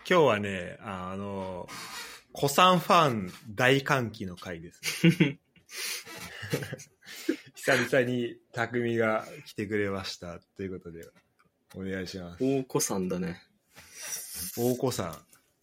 今日はね、古参ファン大歓喜の回ですね。久々に匠が来てくれましたということでお願いします。 大子さんだね。 大子さん。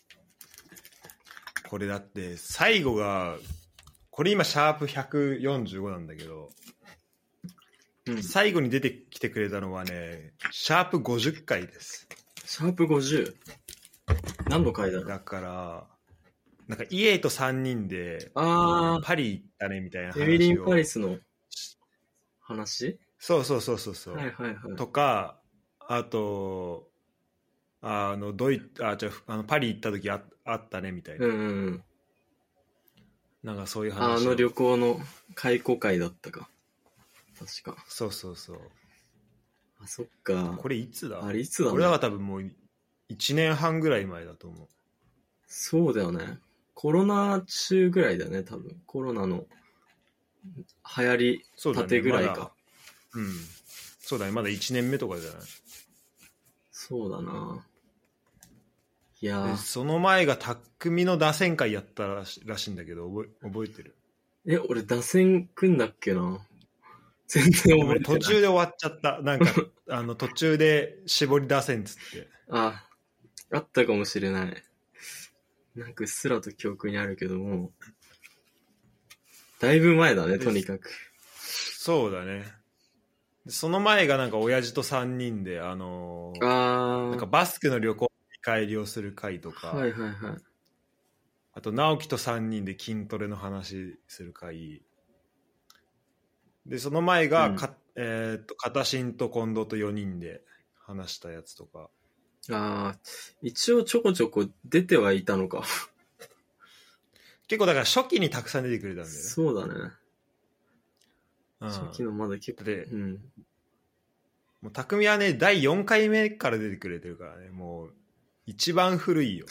これだって最後がこれ今シャープ145なんだけど、 うん、 最後に出てきてくれたのはねシャープ50回です。 シャープ 50？ 何の回だろう。 だからなんかイエイと3人でパリ行ったねみたいな話を、 エミリン・パリスの話？ そう、 はいはいはい。 とか、あとパリ行った時あったねみたいな、 うんうん。 なんかそういう話を、 旅行の解雇会だったか確か。 そう。 あ、そっか。 これいつだ？ あれいつだね。 これは多分もう1年半ぐらい前だと思う。 そうだよね。コロナ中ぐらいだね、多分。コロナの流行りたてぐらいか。 うん。そうだね、まだ1年目とかじゃない。 そうだな。いやでその前が匠の打線会やったらしいんだけど、覚えてる？ 俺打線組んだっけな。全然覚えてない。 途中で終わっちゃった。なんか途中で絞り出せんっつって。 あったかもしれない。なんかうっすらと記憶にあるけども、だいぶ前だね、とにかく。 そうだね。その前がなんか親父と3人でなんかバスケの旅行に帰りをする会とか、 はいはいはい。 あと直樹と3人で筋トレの話する会で、その前が片新と近藤と4人で話したやつとか。 一応ちょこちょこ出てはいたのか。 結構だから初期にたくさん出てくれたんだよね。 そうだね。初期のまだ結構で、もう匠はね第4回目から出てくれてるからね、もう一番古いよ。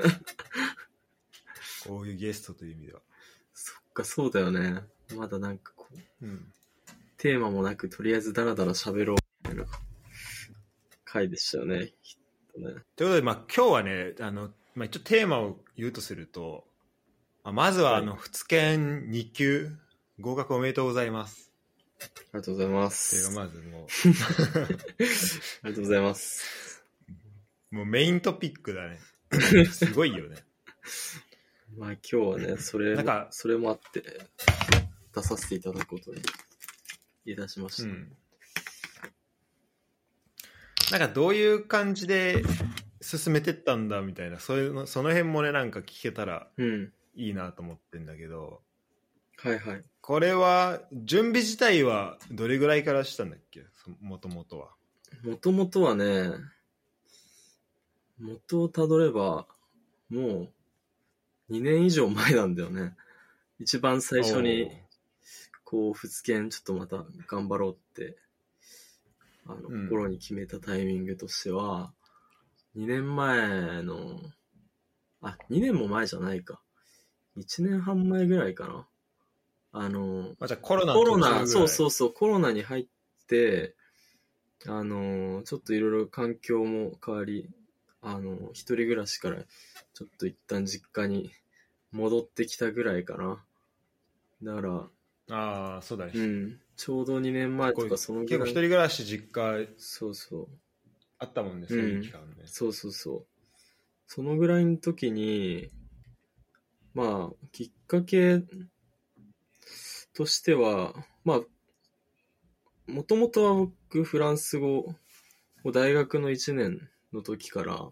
こういうゲストという意味では。 そっか、そうだよね。まだなんかこう、テーマもなくとりあえずダラダラ喋ろうみたいな回でしたよね、きっとね。 ということで、今日はね一応テーマを言うとすると、まずは仏研2級合格おめでとうございます。 ありがとうございます。 っていうかまずもうありがとうございます。 もうメイントピックだね。すごいよね。 まあ今日はね、それもあって出させていただくことにいたしました。 なんかどういう感じで進めてったんだみたいな、その辺もねなんか聞けたらいいなと思ってんだけど、 はいはい。 これは準備自体はどれぐらいからしたんだっけ？もともとはね、元をたどればもう2年以上前なんだよね。一番最初にこう仏研ちょっとまた頑張ろうって心に決めたタイミングとしては、2年前の2年も前じゃないか、1年半前ぐらいかな。 じゃあコロナそうコロナに入ってちょっといろいろ環境も変わり、一人暮らしからちょっと一旦実家に戻ってきたぐらいかな。だからそうだね、 ちょうど2年前とかそのぐらい。 結構一人暮らし実家そうあったもんね、そういう期間ね。 そうそのぐらいの時にまあきっかけとしては、まあもともとは僕フランス語を大学の1年の時から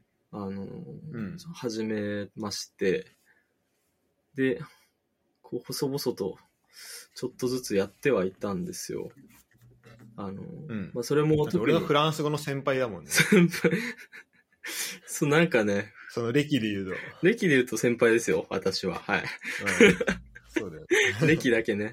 始めまして、でこう細々とちょっとずつやってはいたんですよ。それも俺のフランス語の先輩だもんね。 先輩そうなんかね、 その歴で言うと先輩ですよ、私は。はい。 そうだよ。 歴だけね。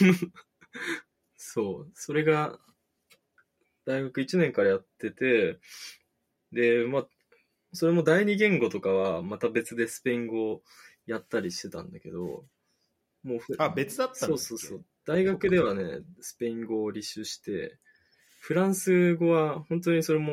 そう、それが大学1年からやってて、でそれも第二言語とかはまた別でスペイン語をやったりしてたんだけど、もう別だったんだっけ？ そう大学ではねスペイン語を履修して、フランス語は本当にそれも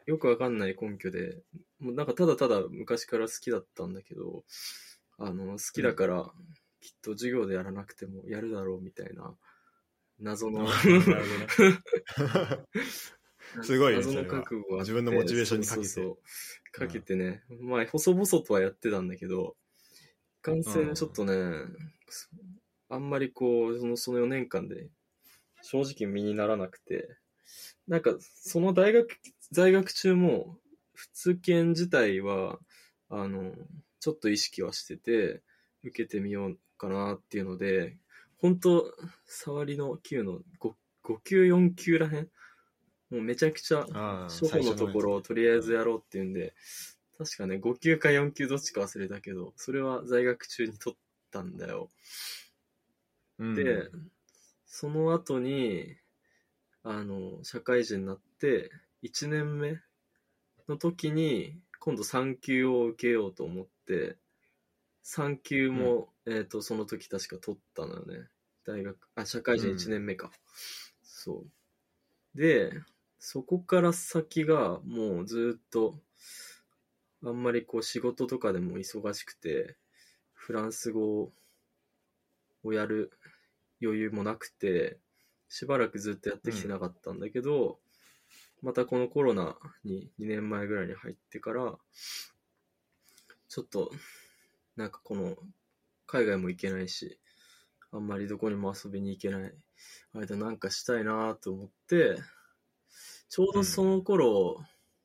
よくわかんない根拠で、もうなんかただただ昔から好きだったんだけど、好きだからきっと授業でやらなくてもやるだろうみたいな謎のなるほどねすごいね、 謎のそれは覚悟があって、 自分のモチベーションにかけて。 そうかけてね、まあ細々とはやってたんだけど、完成ちょっとね、あんまりこうその4年間で正直身にならなくて、なんかその在学中も普通研自体はちょっと意識はしてて受けてみようかなっていうので、本当触りの級の 5級4級らへん、もうめちゃくちゃ初歩のところをとりあえずやろうっていうんで、確かね5級か4級どっちか忘れたけど、それは在学中に取ったんだよ。で、その後に社会人になって1年目の時に今度3級を受けようと思って、3級も、その時確か取ったのよね。社会人1年目か。そうで、そこから先がもうずっとあんまりこう仕事とかでも忙しくて、フランス語をやる余裕もなくて、しばらくずっとやってきてなかったんだけど、またこのコロナに2年前ぐらいに入ってからちょっとなんかこの海外も行けないし、あんまりどこにも遊びに行けない間なんかしたいなと思って、ちょうどその頃、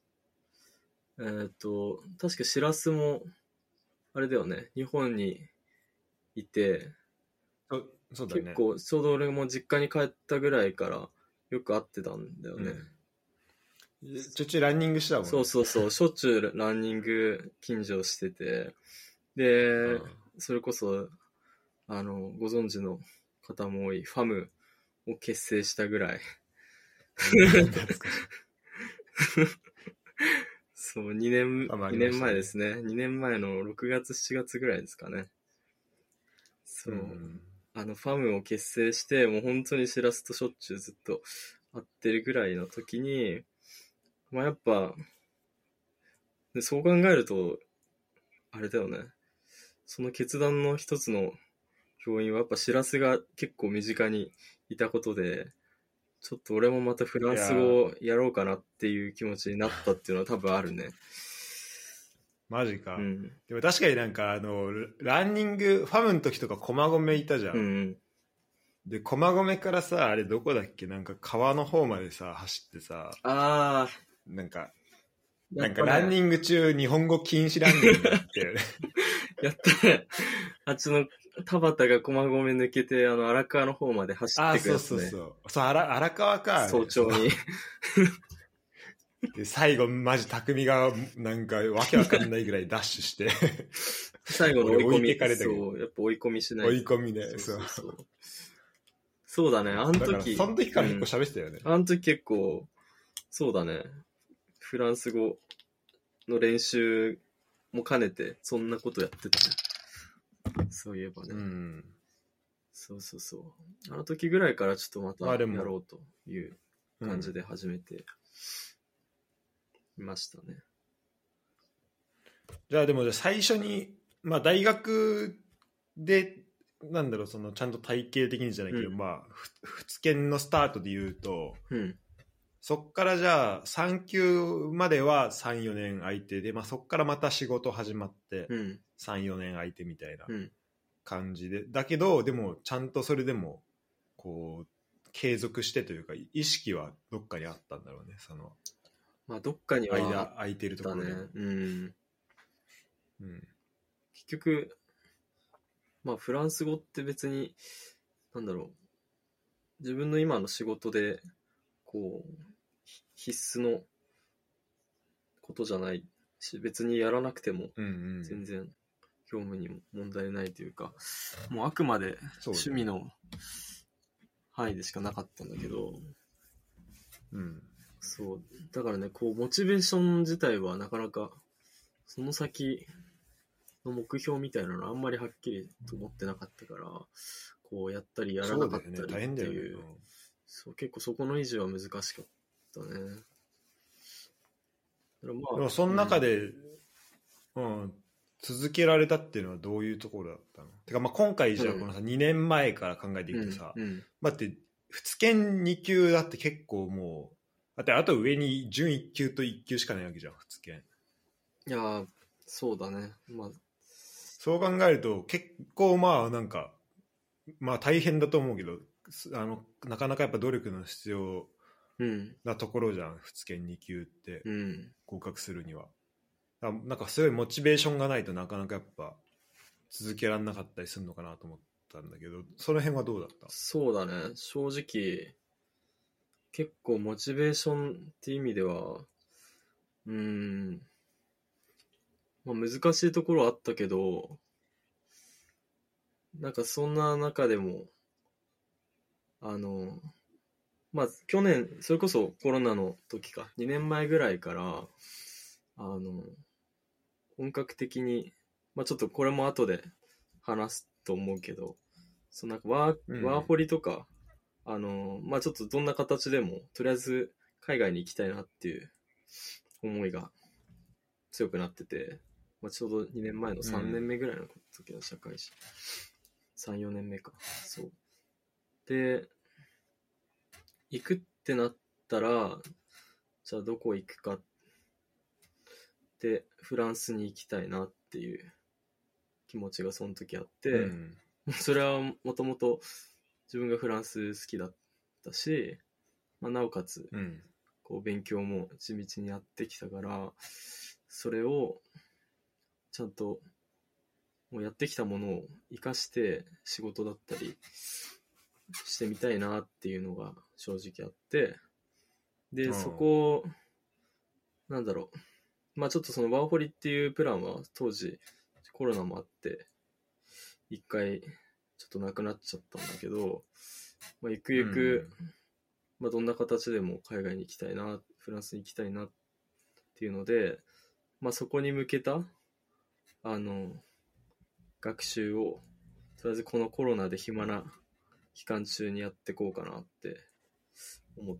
確かしらすもあれだよね、日本にいて、 そうだね、 結構ちょうど俺も実家に帰ったぐらいからよく会ってたんだよね。 ちょいちょいランニングしたもんね。 そうしょっちゅうランニング近所してて、で、それこそご存知の方も多いファムを結成したぐらいそう2年前ですね。2年前の6月7月ぐらいですかね。そう、ファムを結成して、もう本当にしらすとしょっちゅうずっと会ってるぐらいの時に、まあやっぱでそう考えるとあれだよね、その決断の一つの要因はやっぱしらすが結構身近にいたことで、ちょっと俺もまたフランス語をやろうかなっていう気持ちになったっていうのは多分あるね。 マジか、でも確かになんかランニングファムの時とか駒込いたじゃん、で駒込からさ、あれどこだっけ、なんか川の方までさ走ってさ、なんかランニング中日本語禁止ランニングやってやったね。あっちの田畑が駒込抜けて荒川の方まで走ってくやつね。 そう荒川か、 早朝にで最後マジ匠がなんかわけわかんないぐらいダッシュして最後の追い込み、 そうやっぱ追い込みしない。 追い込みね。 そうだね、あの時。その時から結構喋ってたよね。 あの時結構、そうだね。フランス語の練習も兼ねて、そんなことやってたね。そういえばね。そう。あの時ぐらいからちょっとまたやろうという感じで始めていましたね。 じゃあでも最初に、まあ大学で、なんだろう、そのちゃんと体系的にじゃないけど、まあ仏研のスタートで言うと、そっからじゃあ3級までは 3,4 年空いてで、まあ、そっからまた仕事始まって 3,4 年空いてみたいな感じで、だけどでもちゃんとそれでもこう継続してというか意識はどっかにあったんだろうね、そのまあどっかには空いてるところで、 結局まあフランス語って別になんだろう、自分の今の仕事でこう必須のことじゃないし、別にやらなくても全然業務にも問題ないというか、もうあくまで趣味の範囲でしかなかったんだけど、そうだからね、こうモチベーション自体はなかなかその先の目標みたいなのあんまりはっきりと思ってなかったから、こうやったりやらなかったりっていう、そう結構そこの維持は難しかったね。 だまでもその中で、続けられたっていうのはどういうところだったの？てかまあ今回じゃあこのさ、2年前から考えていくとさ、待って仏研2級だって結構もうだってあと上に準1級と1級しかないわけじゃん仏研。 いやそうだね。まあそう考えると結構まあなんかまあ大変だと思うけどなかなかやっぱ努力の必要なところじゃん、仏研2級って合格するには。なんかすごいモチベーションがないとなかなかやっぱ続けられなかったりするのかなと思ったんだけど、その辺はどうだった？ そうだね、正直結構モチベーションっていう意味ではまあ、難しいところはあったけど、なんかそんな中でもまあ去年それこそコロナの時か2年前ぐらいから本格的に、まあ、ちょっとこれも後で話すと思うけど、そのなんかワーホリとか、まあちょっとどんな形でもとりあえず海外に行きたいなっていう思いが強くなってて、まあ、ちょうど2年前の3年目ぐらいの時の社会人、3、4年目か。そう。で、行くってなったら、じゃあどこ行くかで、フランスに行きたいなっていう気持ちがその時あって、それはもともと自分がフランス好きだったし、まあ、なおかつ、こう勉強も地道にやってきたから、それをちゃんともうやってきたものを生かして仕事だったりしてみたいなっていうのが正直あって、でそこなんだろう、まあちょっとそのワーホリっていうプランは当時コロナもあって一回ちょっとなくなっちゃったんだけど、まあ、ゆくゆく、まあ、どんな形でも海外に行きたいな、フランスに行きたいなっていうので、まあ、そこに向けた学習をとりあえずこのコロナで暇な期間中にやっていこうかなって思って、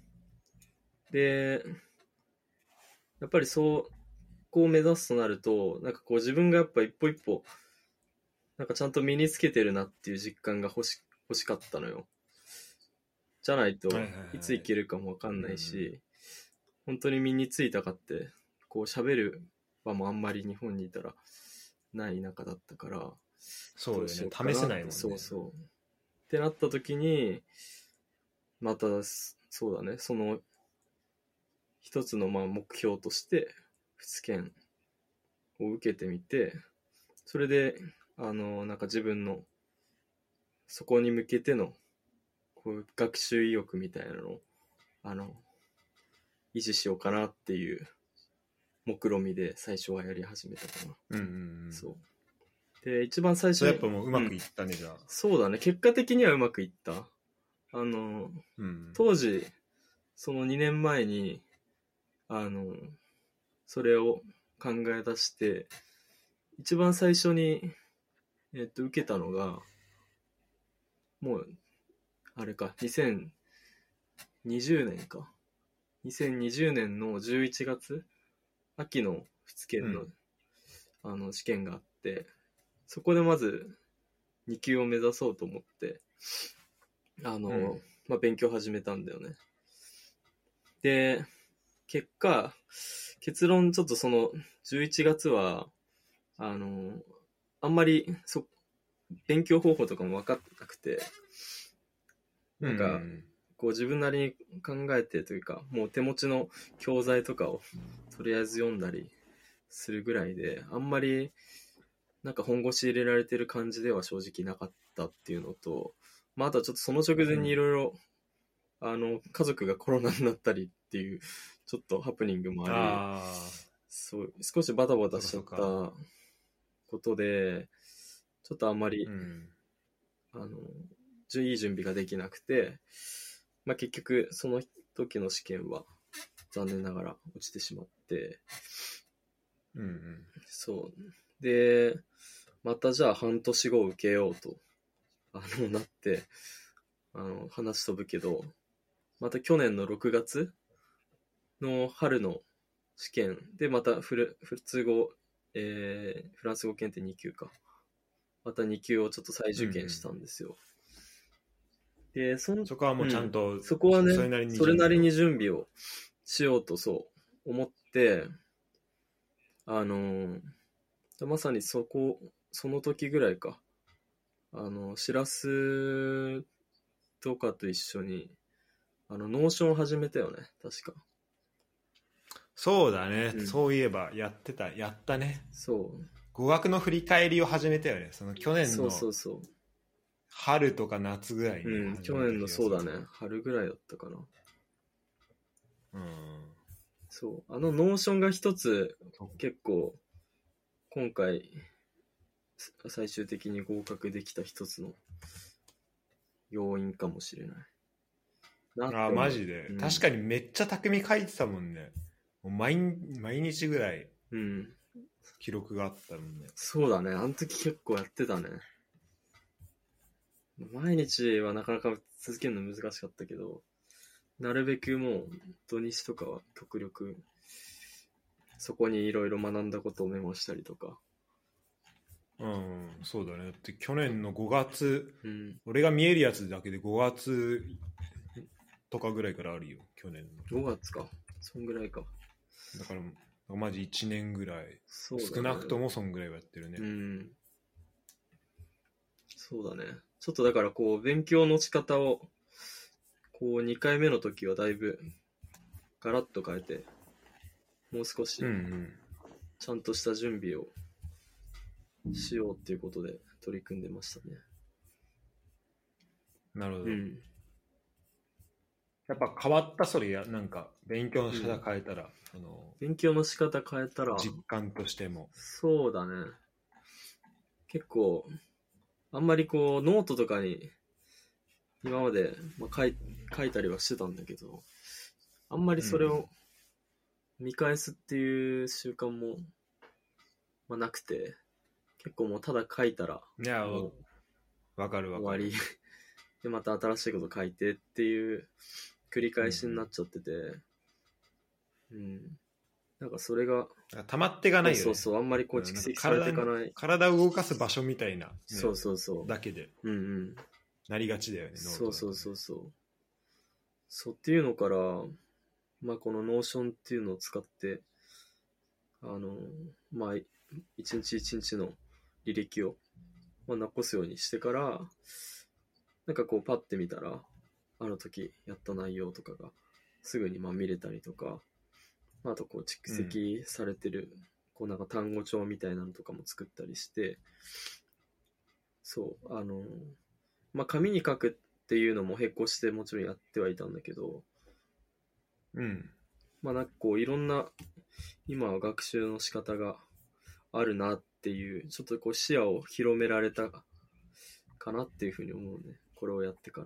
でやっぱりそうこう目指すとなると、なんかこう自分がやっぱ一歩一歩なんかちゃんと身につけてるなっていう実感が欲しかったのよ。じゃないといついけるかも分かんないし、本当に身についたかってこう喋る場もあんまり日本にいたらない中だったから、 そうよね、試せないもんね。 そうそうってなった時にまたそうだね、その一つのまあ目標として仏研を受けてみて、それでなんか自分のそこに向けてのこう学習意欲みたいなのを維持しようかなっていう目論見で最初はやり始めたかな。そうで一番最初にやっぱもううまくいったね、じゃあ。 そうだね、結果的にはうまくいった。当時その2年前にそれを考え出して一番最初に受けたのがもうあれか2020年か2020年の11月秋の仏研の、試験があって、そこでまず2級を目指そうと思ってまあ、勉強始めたんだよね。で結論ちょっとその11月はあんまり勉強方法とかも分かってなくて、なんかこう自分なりに考えてというか、もう手持ちの教材とかをとりあえず読んだりするぐらいで、あんまりなんか本腰入れられてる感じでは正直なかったっていうのと、まあ、あとはちょっとその直前にいろいろ家族がコロナになったりっていうちょっとハプニングもあり、そう少しバタバタしちゃったことでちょっとあんまり、いい準備ができなくて、まあ、結局その時の試験は残念ながら落ちてしまって、そうでまたじゃあ半年後受けようとなって話飛ぶけど、また去年の6月の春の試験でまた普通語、フランス語検定2級か。また2級をちょっと再受験したんですよ。で、 そこはもうちゃんと、 そこはね、 それなりに準備をしようとそう思って、まさにその時ぐらいか。しらすとかと一緒に、ノーションを始めたよね、確か。 そうだね、そういえばやったね。 そう。 語学の振り返りを始めたよね。その去年の春とか夏ぐらいに、 去年のそうだね、春ぐらいだったかな。そう、ノーションが一つ結構今回最終的に合格できた一つの要因かもしれない。 マジで、確かにめっちゃ匠書いてたもんね。もう毎日ぐらい記録があったもんね。 そうだね、あの時結構やってたね。毎日はなかなか続けるの難しかったけど、なるべくもう土日とかは極力そこにいろいろ学んだことをメモしたりとか。 そうだね。で去年の5月、俺が見えるやつだけで5月とかぐらいからあるよ、去年の。 5月か。そんぐらいか。 だからマジ1年ぐらい、そうだね、少なくともそんぐらいはやってるね。 そうだね。ちょっとだからこう勉強の仕方をこう2回目の時はだいぶガラッと変えて、もう少しちゃんとした準備をしようっていうことで取り組んでましたね。 なるほど。やっぱ変わった、それなんか勉強の仕方変えたら、 勉強の仕方変えたら実感としても。 そうだね。結構あんまりこうノートとかに今まで、書いたりはしてたんだけど、あんまりそれを見返すっていう習慣も、なくて、結構もうただ書いたらわかる終わりでまた新しいこと書いてっていう繰り返しになっちゃってて、なんかそれが溜まっていかないよね。 そうあんまりこう蓄積されていかない、 体を動かす場所みたいな、 そうだけでなりがちだよね。 そうっていうのから、このノーションっていうのを使って一日一日の履歴を、残すようにしてから、なんかこうパッて見たらあの時やった内容とかがすぐに見れたりとか、あとこう蓄積されてる、こうなんか単語帳みたいなのとかも作ったりして、そう紙に書くっていうのも並行してもちろんやってはいたんだけど、なんかこういろんな今は学習の仕方があるなっていう、ちょっとこう視野を広められたかなっていうふうに思うね、これをやってから。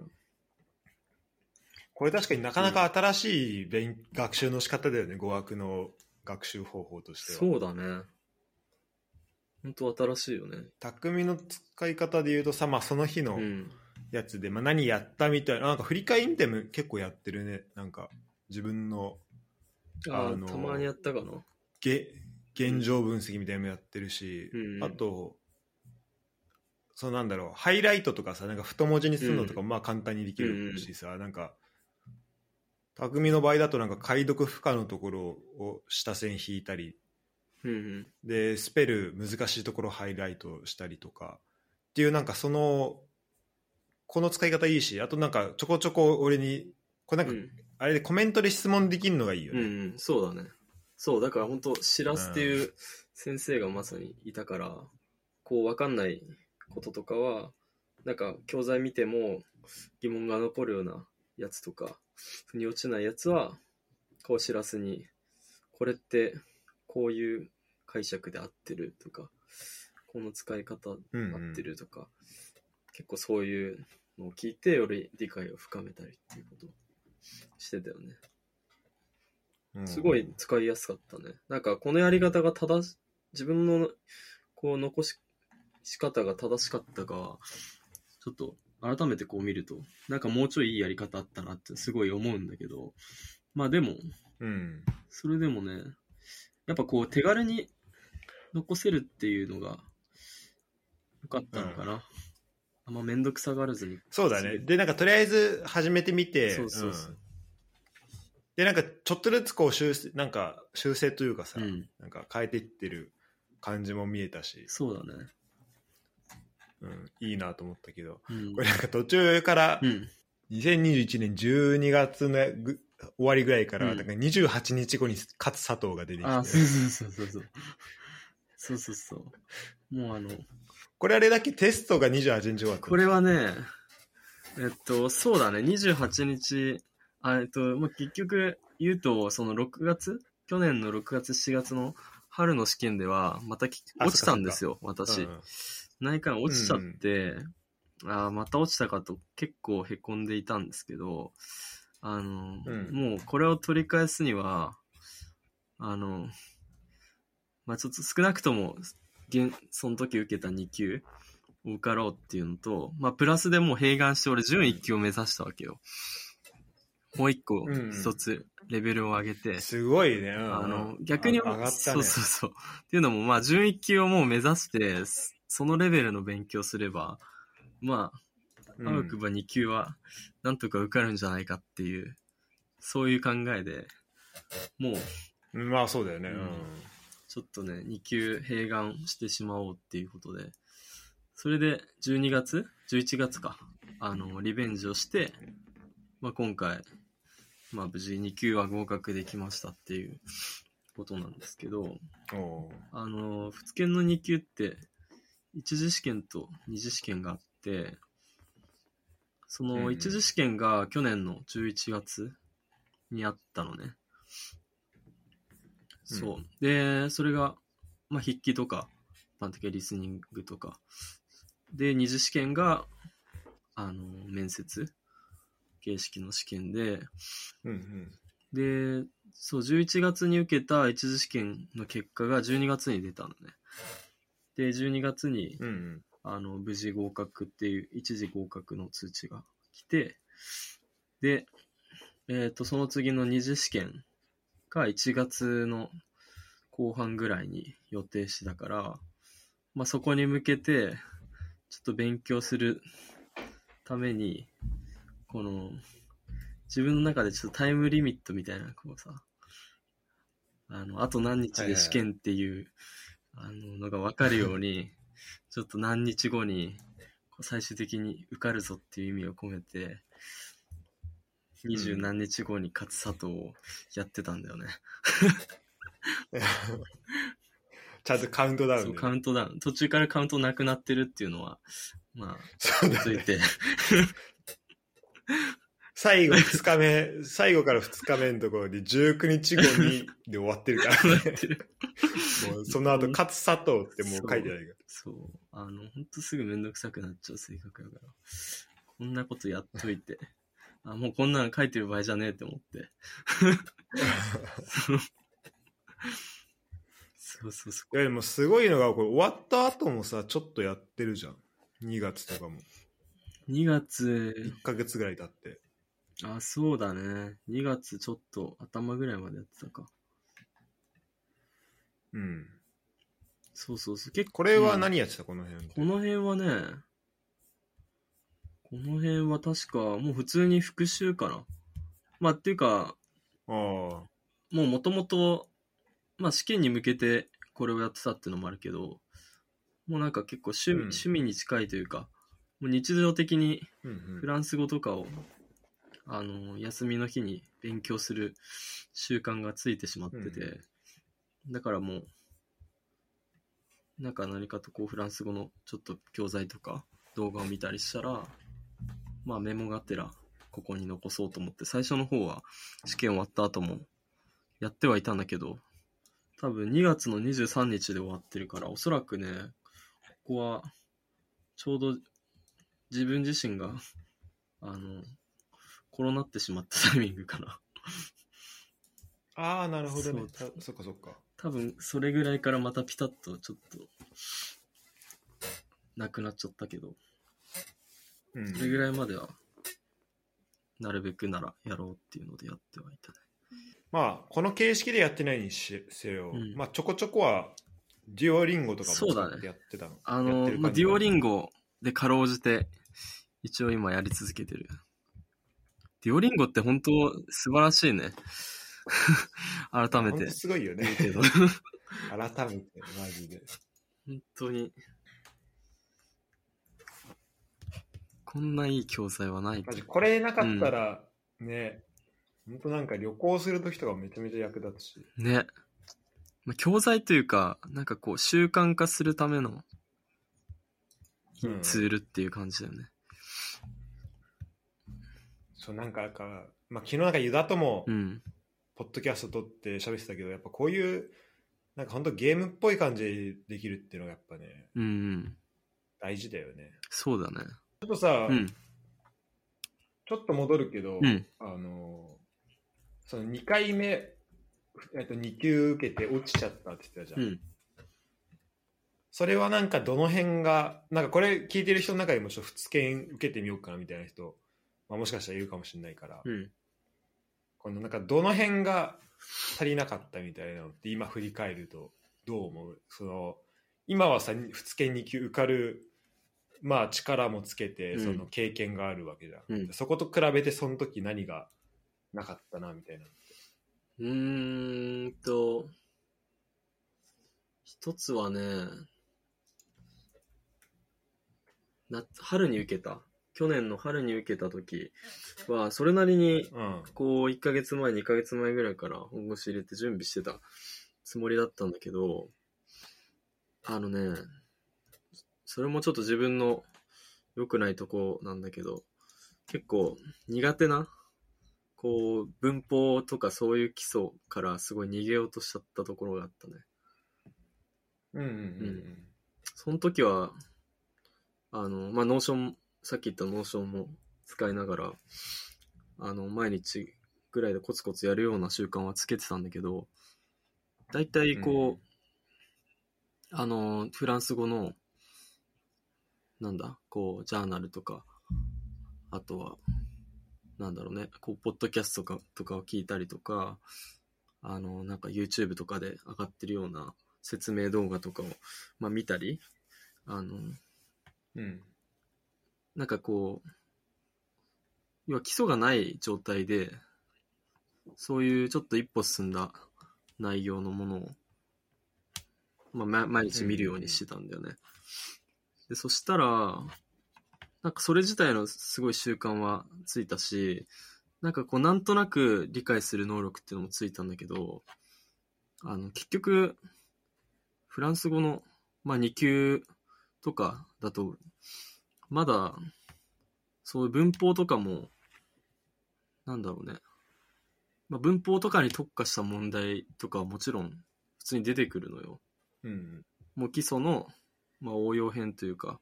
これ確かになかなか新しい学習の仕方だよね、語学の学習方法としては。 そうだね、本当新しいよね。 匠の使い方で言うとさ、その日のやつで、何やったみたいな、なんか振り返りみたいなの結構やってるね。なんか自分のたまにやったかな。 現状分析みたいなのもやってるし、あとなんだろう、ハイライトとかさ、なんか太文字にするのとかも簡単にできるしさ、なんか匠の場合だとなんか解読不可のところを下線引いたり、でスペル難しいところをハイライトしたりとかっていう、なんかこの使い方いいし、あとなんかちょこちょこ俺にこれなんか、あれでコメントで質問できるのがいいよね。 そうだね。そうだから本当しらすっていう先生がまさにいたから、こう分かんないこととかはなんか教材見ても疑問が残るようなやつとか腑に落ちないやつはこうしらすに、これってこういう解釈で合ってるとか、この使い方合ってるとか、結構そういうのを聞いてより理解を深めたりっていうことをしてたよね。すごい使いやすかったね。なんかこのやり方が自分のこう残し方が正しかったか、ちょっと改めてこう見ると、なんかもうちょいいいやり方あったなってすごい思うんだけど、でも、それでもね、 やっぱこう手軽に残せるっていうのが良かったのかな。あんまめんどくさがらずに。 そうだね。で、なんかとりあえず始めてみて、 そうそうそう。 で、なんかちょっとずつこう修正というかさ、なんか変えていってる感じも見えたし、 そうだね。 いいなと思ったけど、 これなんか途中から、2021年12月の終わりぐらいから、なんか28日後に勝佐藤が出てきて。 あ、そう。もうこれあれだけテストが28日終わった。 これはね、そうだね、28日、まあ、結局言うと、その去年の6月、7月の春の試験では、また落ちたんですよ、私。内科落ちちゃって、また落ちたかと結構へこんでいたんですけど、もうこれを取り返すには、まあちょっと少なくとも、その時受けた2級を受かろうっていうのと、まあプラスでもう併願して俺準1級を目指したわけよ。もう一個一つレベルを上げて、 すごいね。 逆に上がったね。 そう。っていうのもまあ準1級をもう目指して、そのレベルの勉強すれば、まあ、あわくば2級はなんとか受かるんじゃないかっていう、そういう考えで、もう。まあそうだよね。 ちょっとね、2級併願してしまおうっていうことで、それで11月か、リベンジをして、まあ今回、まあ無事2級は合格できましたっていうことなんですけど、仏研の2級って、一次試験と二次試験があって、その一次試験が去年の11月にあったのね。そう。で、それが、まあ、筆記とか、一般的リスニングとか。で、二次試験が、面接形式の試験で、で、そう、11月に受けた一次試験の結果が12月に出たのね。で、12月に、無事合格っていう、一次合格の通知が来て、で、その次の二次試験が1月の後半ぐらいに予定してたから、まあ、そこに向けて、ちょっと勉強するために、自分の中でちょっとタイムリミットみたいな、こうさ、あと何日で試験っていう、のが分かるように、ちょっと何日後に最終的に受かるぞっていう意味を込めて、20何日後に勝佐藤をやってたんだよね。 ちゃんとカウントダウン、ね。 そう、カウントダウン。途中からカウントなくなってるっていうのは、まあ、ついて。 最後から2日目のところで19日後にで終わってるから、ね。もうその後、勝佐藤ってもう書いてないから。 そう。ほんとすぐめんどくさくなっちゃう性格だから。こんなことやっといて。もうこんなの書いてる場合じゃねえって思って。そう。 いやでもすごいのが、これ終わった後もさ、ちょっとやってるじゃん。2月とかも。 2月。 1ヶ月ぐらい経って。 そうだね。2月ちょっと頭ぐらいまでやってたか。そう。結構。 これは何やってた、この辺。 この辺はね、確かもう普通に復習かな。まあっていうか、もともと、まあ試験に向けてこれをやってたっていうのもあるけど、もうなんか結構趣味に近いというか、もう日常的にフランス語とかを、休みの日に勉強する習慣がついてしまってて、だからもう、なんか何かとこうフランス語のちょっと教材とか動画を見たりしたら、まあメモがてらここに残そうと思って、最初の方は試験終わった後もやってはいたんだけど、多分2月の23日で終わってるから、おそらくね、ここはちょうど自分自身がコロナってしまったタイミングかな。なるほどね。そっか。 多分それぐらいからまたピタッとちょっとなくなっちゃったけど、それぐらいまではなるべくならやろうっていうのでやってはいたね。 まあこの形式でやってないにせよ、 うんまあちょこちょこはデュオリンゴとかもそうだね使ってやってたの。 まあ、デュオリンゴでかろうじて一応今やり続けてる。デュオリンゴって本当素晴らしいね。改めて。 すごいよね。 けど改めて、マジで。 本当に。こんないい教材はない。 マジこれなかったら、ね、本当なんか旅行するときとかめちゃめちゃ役立つし。 ね。まあ、教材というか、なんかこう習慣化するためのツールっていう感じだよね。 そうなんか、まあ、昨日なんかユダとも、ポッドキャスト撮って喋ってたけど、やっぱこういう、なんか本当ゲームっぽい感じでできるっていうのがやっぱね、大事だよね。 そうだね。 ちょっとさ、ちょっと戻るけど、その2回目、2級受けて落ちちゃったって言ってたじゃん。それはなんかどの辺が、なんかこれ聞いてる人の中でもちょっと普通研受けてみようかなみたいな人、まあ、もしかしたらいるかもしれないから、このなんかどの辺が足りなかったみたいなのって今振り返るとどう思う？その今はさ普通研2級受かるまあ力もつけてその経験があるわけじゃん、そこと比べてその時何がなかったなみたいな。 一つはね、春に受けた去年の春に受けた時はそれなりにこう1ヶ月前2ヶ月前ぐらいから本腰入れて準備してたつもりだったんだけど、それもちょっと自分の良くないとこなんだけど、結構苦手なこう文法とかそういう基礎からすごい逃げようとしちゃったところがあったね。その時はまあノーション、さっき言ったノーションも使いながら毎日ぐらいでコツコツやるような習慣はつけてたんだけど、だいたいこう、フランス語のなんだこうジャーナルとか、あとはなんだろうね、こうポッドキャストとかを聞いたりとか、なんか YouTube とかで上がってるような説明動画とかを、まあ、見たり、なんかこう要は基礎がない状態でそういうちょっと一歩進んだ内容のものを、まあ、毎日見るようにしてたんだよね。でそしたらなんかそれ自体のすごい習慣はついたし、なんかこうなんとなく理解する能力っていうのもついたんだけど、結局フランス語の、まあ、2級とかだとまだそういう文法とかもなんだろうね、まあ、文法とかに特化した問題とかはもちろん普通に出てくるのよ。もう基礎の、まあ、応用編というか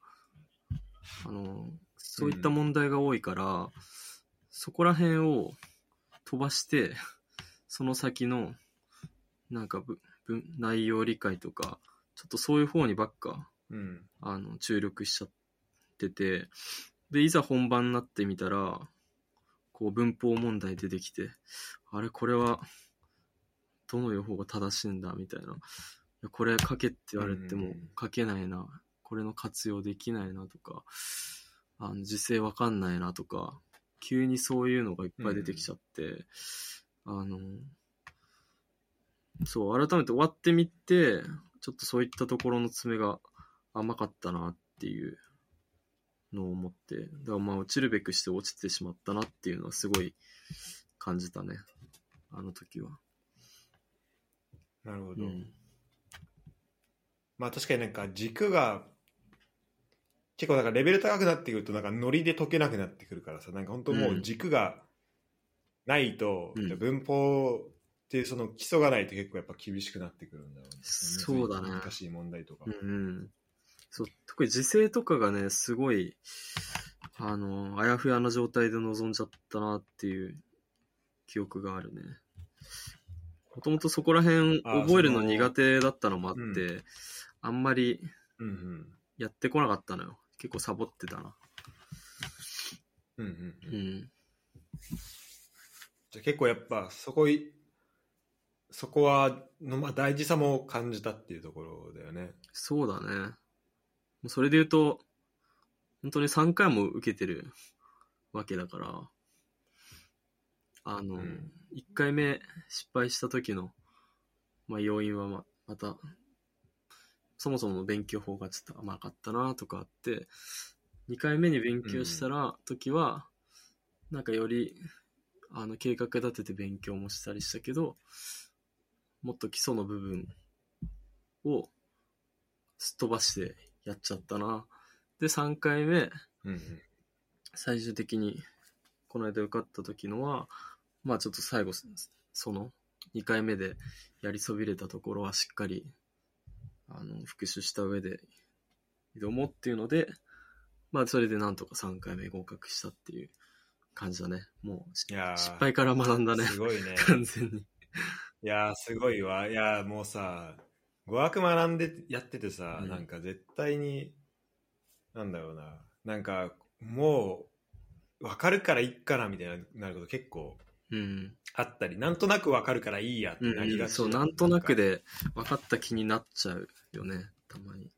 そういった問題が多いから、そこら辺を飛ばしてその先のなんか内容理解とかちょっとそういう方にばっか、注力しちゃってて、でいざ本番になってみたらこう文法問題出てきて、あれこれはどの予報が正しいんだみたいな、これ書けって言われても書けないな、これの活用できないなとか、時制わかんないなとか、急にそういうのがいっぱい出てきちゃって、そう改めて終わってみてちょっとそういったところの詰めが甘かったなっていうのを思って、だからまあ落ちるべくして落ちてしまったなっていうのはすごい感じたね、あの時は。 なるほど、まあ確かになんか軸が結構なんかレベル高くなってくるとなんかノリで解けなくなってくるからさ、なんか本当もう軸がないと、文法っていうその基礎がないと結構やっぱ厳しくなってくるんだろうね。 そうだね。 難しい問題とか。 そう、特に時制とかがねすごいあやふやな状態で臨んじゃったなっていう記憶があるね。もともとそこら辺覚えるの苦手だったのもあって、あんまりやってこなかったのよ。結構サボってたな。 じゃあ結構やっぱそこそこはの、まあ、大事さも感じたっていうところだよね。 そうだね。それで言うと、本当に3回も受けてるわけだから、1回目失敗した時の、まあ、要因はまた、そもそもの勉強法がちょっと甘かったなとかあって、2回目に勉強した時は、なんかより、計画立てて勉強もしたりしたけど、もっと基礎の部分をすっ飛ばしてやっちゃったな。で、3回目、最終的にこの間受かった時のは、まあちょっと最後、その2回目でやりそびれたところはしっかり復習した上で挑もうっていうので、まあそれでなんとか3回目合格したっていう感じだね。もう失敗から学んだね。 すごいね。 完全に。 いやーすごいわ。いやーもうさ、語学学んでやっててさ、なんか絶対に、なんだろうな、なんかもう分かるからいいかなみたいななること結構あったり、なんとなく分かるからいいやってなりがち、 そう、なんとなくで分かった気になっちゃうよね、たまに。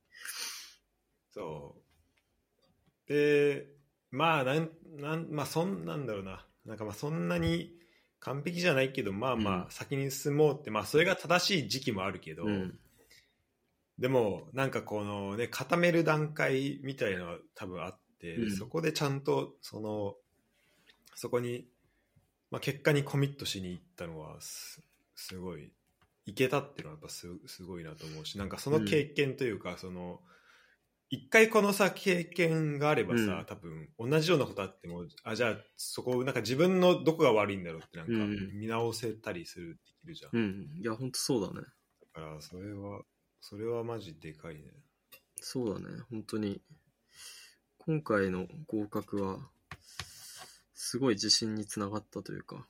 そうで、まあまあなんだろうな、なんかまあそんなに完璧じゃないけど、まあまあ先に進もうって、まあそれが正しい時期もあるけど、でもなんかこのね固める段階みたいなのは多分あって、そこでちゃんとそこに、まあ、結果にコミットしに行ったのはすごいいけたっていうのはやっぱすごいなと思うし、なんかその経験というか、その一回このさ経験があればさ、多分同じようなことあっても、じゃあそこなんか自分のどこが悪いんだろうってなんか見直せたりする、できるじゃん。 いや本当そうだね。 だからそれはマジでかいね。 そうだね、本当に今回の合格はすごい自信につながったというか、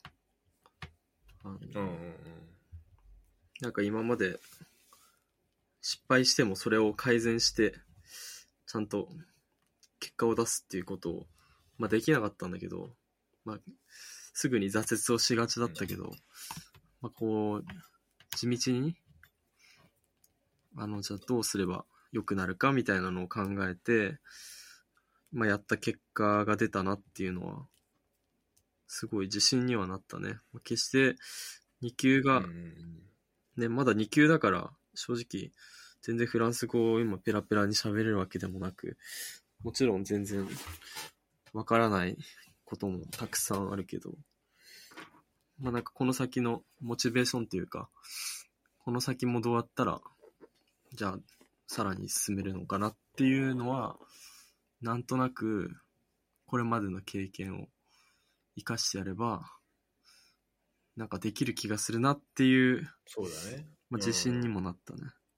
なんか今まで失敗してもそれを改善してちゃんと結果を出すっていうことを、まあ、できなかったんだけど、まあ、すぐに挫折をしがちだったけど、まあ、こう地道にじゃあどうすれば良くなるかみたいなのを考えて、まあ、やった結果が出たなっていうのはすごい自信にはなったね。決して2級が、ね、まだ2級だから正直全然フランス語を今ペラペラに喋れるわけでもなく、もちろん全然わからないこともたくさんあるけど、まあなんかこの先のモチベーションっていうか、この先もどうやったらじゃあさらに進めるのかなっていうのは、なんとなくこれまでの経験を生かしてやればなんかできる気がするなっていう、 そうだね、 まあ、自信にもなったね。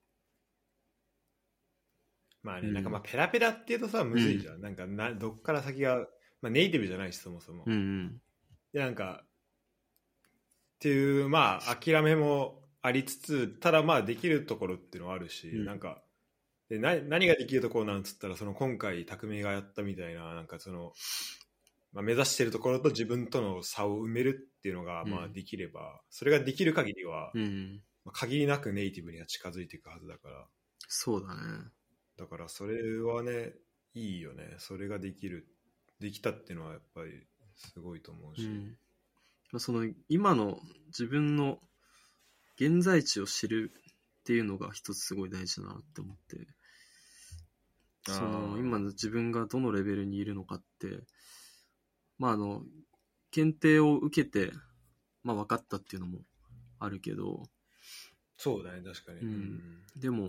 まあね、なんかまあペラペラっていうとさむずいじゃん、なんかどっから先が、まあ、ネイティブじゃないしそもそも、でなんかっていうまあ諦めもありつつ、ただまあできるところっていうのはあるし、なんかで何ができるところなんつったら、その今回匠がやったみたいな、なんかその、まあ、目指してるところと自分との差を埋めるっていうのがまあできれば、それができる限りは、まあ、限りなくネイティブには近づいていくはずだから。 そうだね。 だからそれはねいいよね。それができたっていうのはやっぱりすごいと思うし、 その今の自分の現在地を知るっていうのが一つすごい大事だなって思って、その今の自分がどのレベルにいるのかって、まあ検定を受けてまあ分かったっていうのもあるけど、 そうだね確かに、 でも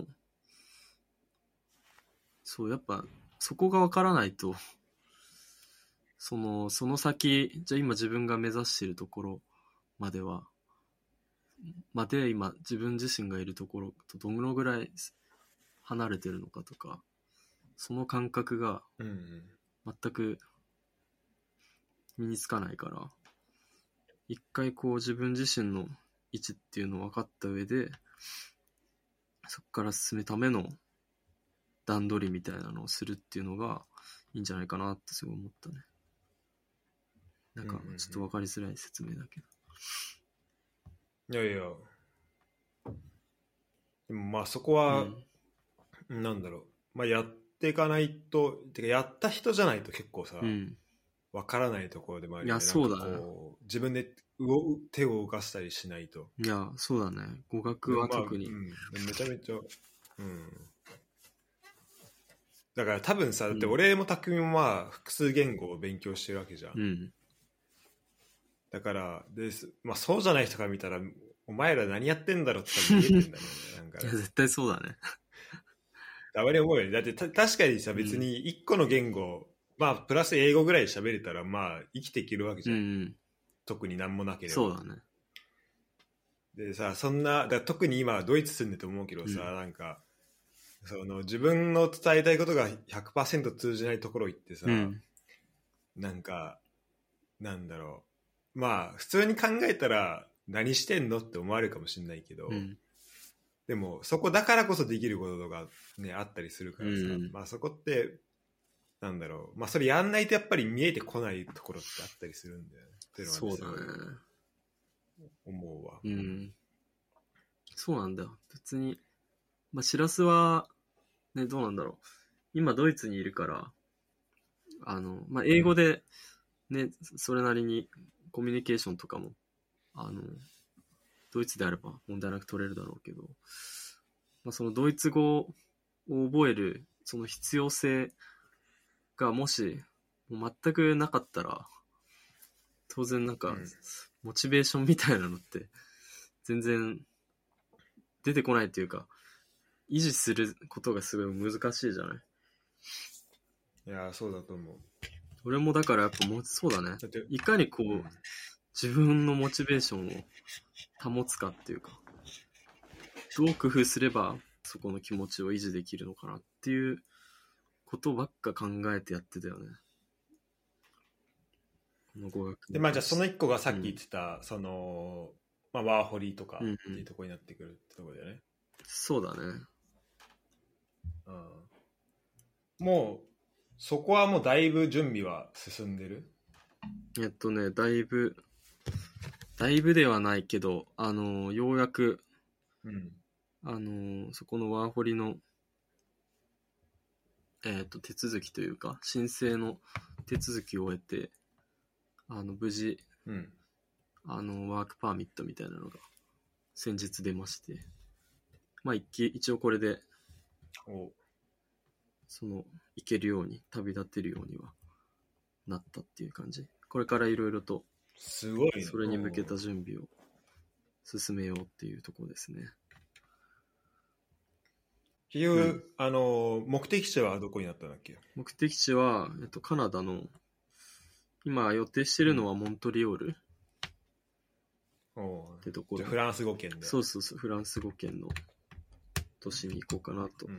そうやっぱそこが分からないと、その先、じゃあ今自分が目指しているところまでは今自分自身がいるところとどのぐらい離れてるのかとか、その感覚が全く身につかないから、一回こう自分自身の位置っていうのを分かった上で、そこから進むための段取りみたいなのをするっていうのがいいんじゃないかなってすごい思ったね。なんかちょっと分かりづらい説明だけど、 いやいやでもまあそこは、なんだろう、まあ、やっていかないと、てかやった人じゃないと結構さ、わからないところでもあるよね。 いや、そうだね。 自分で手を動かしたりしないと。 いや、そうだね。語学は特に。 めちゃめちゃ、だから多分さ、だって俺も匠もまあ複数言語を勉強してるわけじゃん。だからまあ、そうじゃない人が見たら、お前ら何やってんだろって多分見えてんだろうね。なんかいや、絶対そうだね。 あまり思うよね。だって確かにさ、別に一個の言語、まあプラス英語ぐらい喋れたらまあ生きていけるわけじゃん。特になんもなければ。 そうだね。 でさ、特に今ドイツ住んでて思うけどさ、なんか自分の伝えたいことが 100% 通じないところ行ってさ、なんかなんだろう、まあ普通に考えたら何してんのって思われるかもしれないけど、でもそこだからこそできることとかねあったりするからさ、まあそこってなんだろう、まあそれやんないとやっぱり見えてこないところってあったりするんだよね。っていうのはね、 そうだね。 思うわ。 そうなんだよ。別に、まあしらすはね、どうなんだろう。今ドイツにいるから、まあ英語でね、それなりにコミュニケーションとかもドイツであれば問題なく取れるだろうけど、まあ、そのドイツ語を覚えるその必要性がもしもう全くなかったら、当然なんかモチベーションみたいなのって全然出てこないというか、維持することがすごい難しいじゃない。 いやそうだと思う。 俺もだからやっぱそうだね、いかにこう、自分のモチベーションを保つかっていうか、どう工夫すればそこの気持ちを維持できるのかなっていうことばっか考えてやってたよね。この語学で、まあじゃあその一個がさっき言ってた、その、まあ、ワーホリとかっていうところになってくるってところだよね。 そうだね。 もうそこはもうだいぶ準備は進んでる？ だいぶではないけど、ようやく、そこのワーホリの、手続きというか、申請の手続きを終えて、無事、ワークパーミットみたいなのが先日出まして、まあ一応これで、行けるように、旅立てるようにはなったっていう感じ。これからいろいろと、 すごいね。 それに向けた準備を進めようっていうところですね。 結局、目的地はどこになったんだっけ？ 目的地は、カナダの、今予定してるのはモントリオールってところ。 フランス語圏で。 そう、フランス語圏の都市に行こうかなと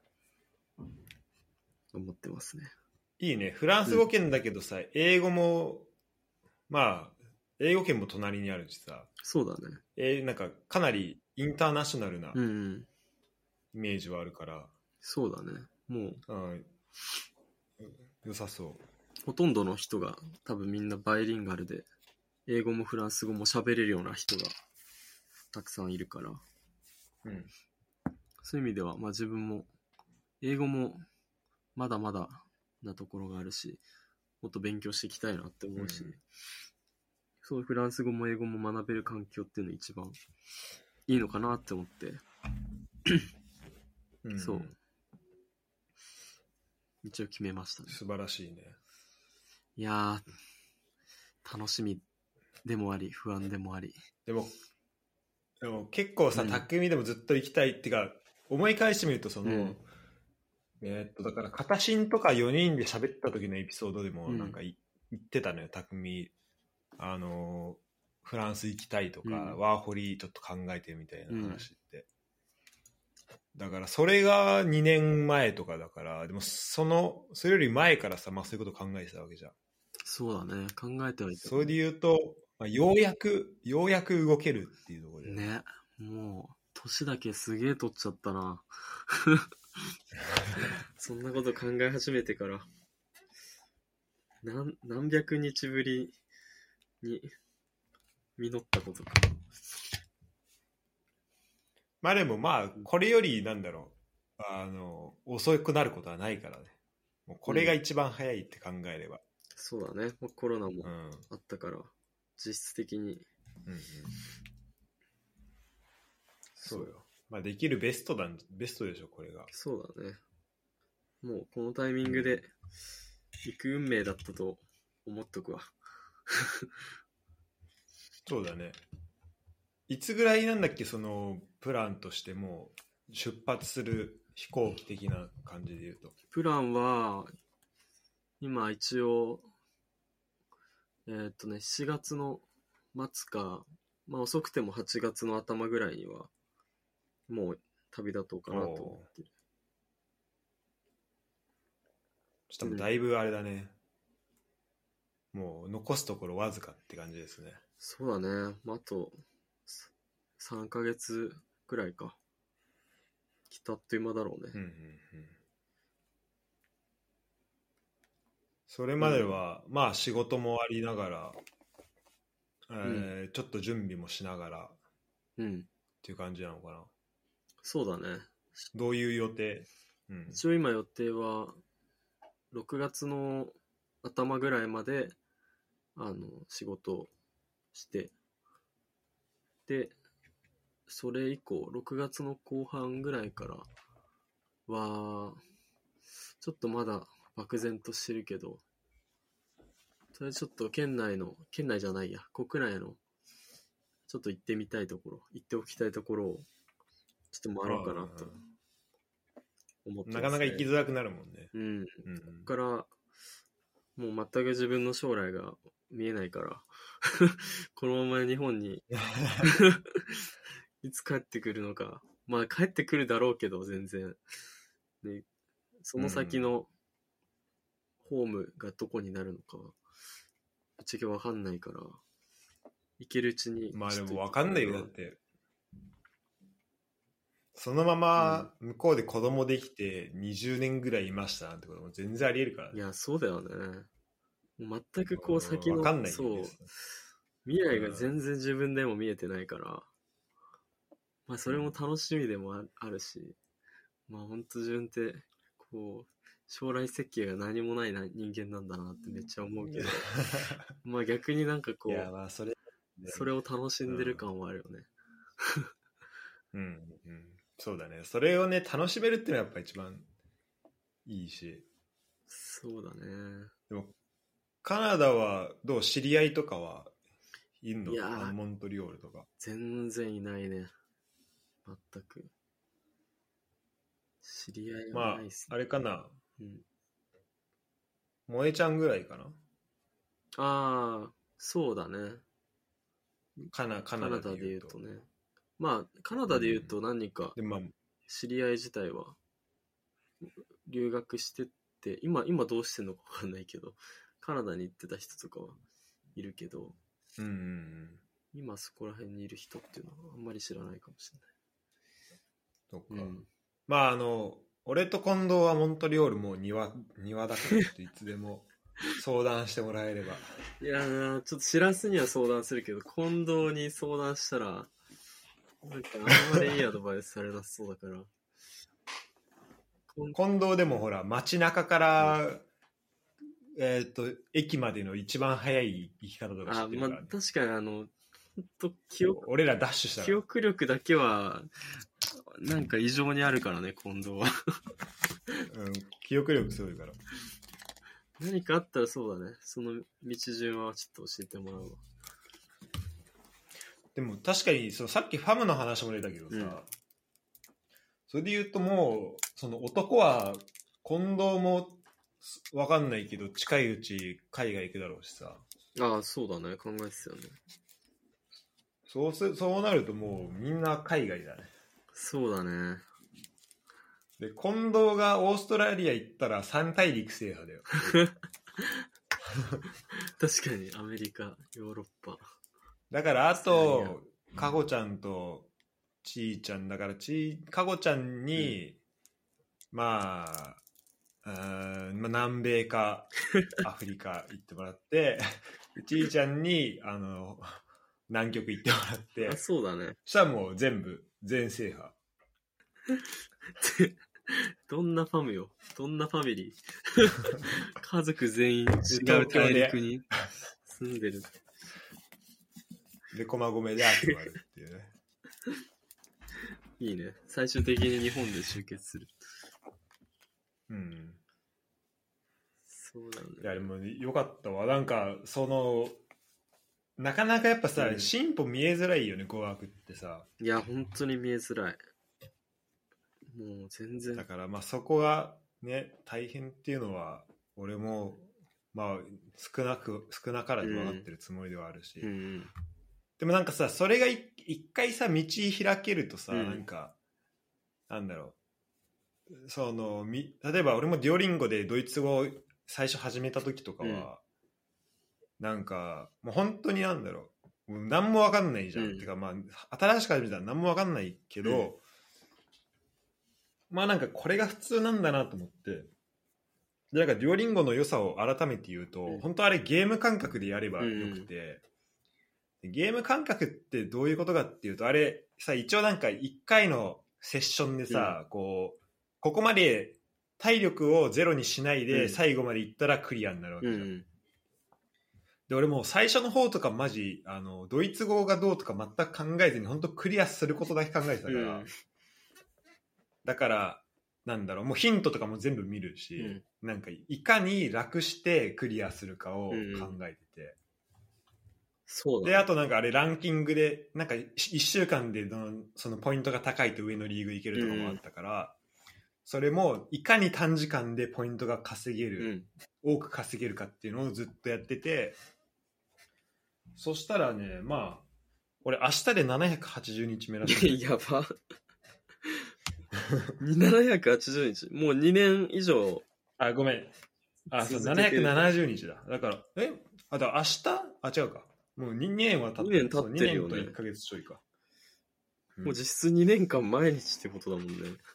思ってますね。 いいね。フランス語圏だけどさ、英語も、まあ、英語圏も隣にあるしさ。 そうだね。 なんかかなりインターナショナルなイメージはあるから。 そうだね。もう、良さそう。 ほとんどの人が多分みんなバイリンガルで、英語もフランス語も喋れるような人がたくさんいるから、そういう意味では、まあ自分も英語もまだまだなところがあるし、もっと勉強していきたいなって思うし、そうフランス語も英語も学べる環境っていうのが一番いいのかなって思ってそう一応決めましたね。 素晴らしいね。 いやー、楽しみでもあり不安でもあり。 でも結構さ、匠でもずっと行きたいっていうか、思い返してみるとだから片新とか4人で喋った時のエピソードでもなんか言ってたのよ、匠。フランス行きたいとか、ワーホリちょっと考えてみたいな話って、だからそれが2年前とかだから、でもそれより前からさ、まあ、そういうこと考えてたわけじゃん。 そうだね、考えてはいた。 それで言うと、まあ、ようやく動けるっていうところでね。もう年だけすげえ取っちゃったなそんなこと考え始めてから何百日ぶりに実ったことか。 まあでもまあこれよりなんだろう、遅くなることはないからね。もうこれが一番早いって考えれば、 そうだね。コロナもうんあったから、実質的に。 うんうん、そうよ。まあできるベストでしょこれが。 そうだね。もうこのタイミングで行く運命だったと思っとくわ。 そうだね。いつぐらいなんだっけ、そのプランとしてもう出発する飛行機的な感じで言うと。 プランは、今一応、7月の末か、まあ遅くても8月の頭ぐらいには、もう旅立とうかなと思ってる。 したらだいぶあれだね、もう残すところわずかって感じですね。 そうだね。あと3ヶ月くらいか。きっとあっという間だろうね。 うんうんうん。それまでは、まあ仕事もありながら、ちょっと準備もしながらっていう感じなのかな。 そうだね。 どういう予定？ 一応今予定は6月の頭ぐらいまで仕事をしてでそれ以降6月の後半ぐらいからはちょっとまだ漠然としてるけど、それちょっと県内じゃないや国内のちょっと行ってみたいところ、行っておきたいところをちょっと回ろうかなと思ってますね。 なかなか行きづらくなるもんね。 ここからもう全く自分の将来が見えないからこのまま日本にいつ帰ってくるのか、まあ帰ってくるだろうけど全然、ね、その先のホームがどこになるのかぶっちゃけ分かんないから、行けるうちに。 まあでも分かんないよ。だってそのまま向こうで子供できて20年ぐらいいましたなんてことも全然ありえるからね。 いやそうだよね。全くこう先の分かんないそう未来が全然自分でも見えてないから、まあそれも楽しみでもあるし、まあほんと自分ってこう将来設計が何もない人間なんだなってめっちゃ思うけどまあ逆になんかこう、いやまあそれを楽しんでる感はあるよね。 そうだね。それをね楽しめるっていうのはやっぱ一番いいし。 そうだね。 でもカナダはどう、知り合いとかはいるの？ いやモントリオールとか。 全然いないね。全く知り合いはないっすね。 まああれかな、萌えちゃんぐらいかな。 ああそうだね。 カナダで言うとね。まあカナダで言うと何か知り合い自体は留学してって今どうしてんのか分かんないけどカナダに行ってた人とかはいるけど、今そこら辺にいる人っていうのはあんまり知らないかもしれない。 そうか、まあ俺と近藤はモントリオールもう庭だからいつでも相談してもらえればいやーちょっと知らずには相談するけど近藤に相談したらなんかあんまりいいアドバイスされなそうだから近藤でもほら街中から、駅までの一番早い行き方とか知ってるから、ね。 まあ、確かにほんと俺らダッシュしたら記憶力だけはなんか異常にあるからね近藤は記憶力すごいから何かあったらそうだね、その道順はちょっと教えてもらうわ。 でも確かにさっきファムの話も出たけどさ、それで言うともうその男は近藤も分かんないけど近いうち海外行くだろうしさ。 ああそうだね、考えてたよね。 そうなるともうみんな海外だね。 そうだね。 で近藤がオーストラリア行ったら3大陸制覇だよ確かにアメリカヨーロッパだからあとカゴちゃんとちーちゃんだからカゴちゃんに、まあ南米かアフリカ行ってもらってちーちゃんに南極行ってもらってそうだね。 そしたらもう全部全制覇。 どんなファムよ。どんなファミリー。家族全員違う大陸に住んでる。 で、駒込で集まるっていうね。 いいね。最終的に日本で集結する。 うん。 そうなんだ。 いや、でもよかったわ。なんか、なかなかやっぱさ、進歩見えづらいよね、語学ってさ。 いや、本当に見えづらい。もう全然。 だからまあそこがね、大変っていうのは、俺も、まあ少なからず分かってるつもりではあるし。でもなんかさ、それが一回さ、道開けるとさ、なんか、なんだろう。例えば俺もデュオリンゴでドイツ語を最初始めた時とかは、なんか、もう本当になんだろう。もう何も分かんないじゃん。てかまあ、新しく始めたら何も分かんないけど、まあなんかこれが普通なんだなと思って。で、なんかデュオリンゴの良さを改めて言うと、本当あれゲーム感覚でやればよくて、ゲーム感覚ってどういうことかっていうと、あれさ、一応なんか1回のセッションでさ、ここまで体力をゼロにしないで最後までいったらクリアになるわけじゃん。で、俺もう最初の方とかマジ、ドイツ語がどうとか全く考えずに、本当クリアすることだけ考えてたから、だから、なんだろう、もうヒントとかも全部見るし、なんかいかに楽してクリアするかを考えてて。 そうだね。 で、あとなんかあれランキングで、なんか1週間でそのポイントが高いと上のリーグ行けるとかもあったから、それもいかに短時間でポイントが稼げる、多く稼げるかっていうのをずっとやってて、そしたらね、まあ、俺明日で780日目らしい。 やば。780日もう2年以上。 あ、ごめん。あ、そう、770日だ。だから、だから明日違うか。もう2年は経ってる。 2年経ってるよね。 2年と1ヶ月ちょいか。 もう実質2年間毎日ってことだもんね。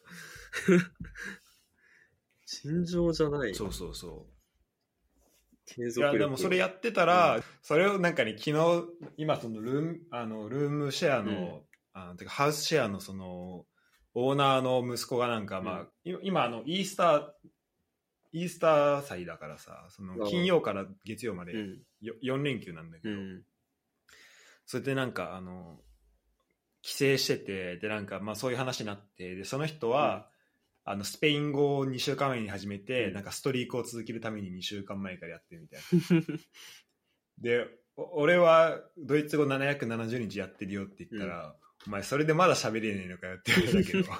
尋常じゃない。 そうそうそう。 継続力。 いや、でもそれやってたら、それをなんかね、昨日、今そのルームシェアの、てかハウスシェアのその、オーナーの息子がなんか、まあ、今イースター祭だからさ、その金曜から月曜まで4連休なんだけど、それでなんか帰省してて、でなんかまあそういう話になって、でその人は、スペイン語を2週間前に始めて、なんかストリークを続けるために2週間前からやってるみたいな。で、俺はドイツ語770日やってるよって言ったら、お前それでまだ喋れねえのかよって言われたけど。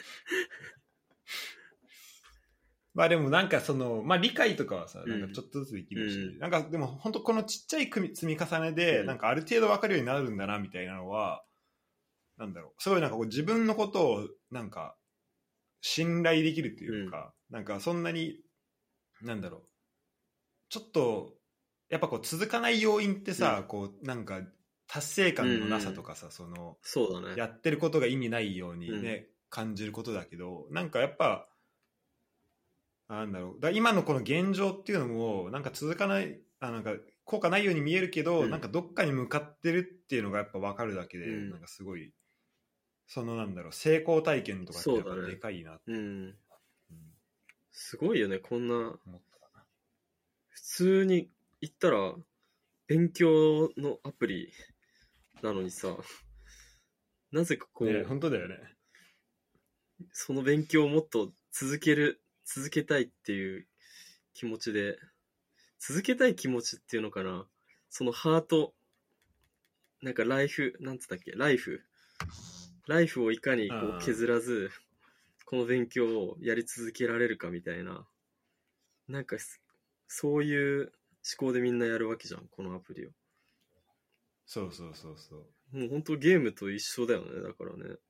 まあでもなんかまあ理解とかはさ、なんかちょっとずつできるし、なんかでも本当このちっちゃい積み重ねで、なんかある程度分かるようになるんだなみたいなのは、なんだろう、すごいなんかこう自分のことをなんか信頼できるというか、なんかそんなに、なんだろう、ちょっと、やっぱこう続かない要因ってさ、こうなんか達成感のなさとかさ、 そうだね。 やってることが意味ないようにね、感じることだけど、なんかやっぱ、なんだろう、今のこの現状っていうのもなんか続かない、なんか効果ないように見えるけど、なんかどっかに向かってるっていうのがやっぱ分かるだけで、なんかすごいなんだろう、成功体験とかってやっぱでかいなって。 すごいよね、こんな普通に言ったら勉強のアプリなのにさ、なぜかこう、 本当だよね。 その勉強をもっと続けたいっていう気持ちで、続けたい気持ちっていうのかな、そのハート、なんかライフをいかにこう削らず、この勉強をやり続けられるかみたいな、なんかそういう思考でみんなやるわけじゃん、このアプリを。 そう。 もう本当ゲームと一緒だよね、だからね。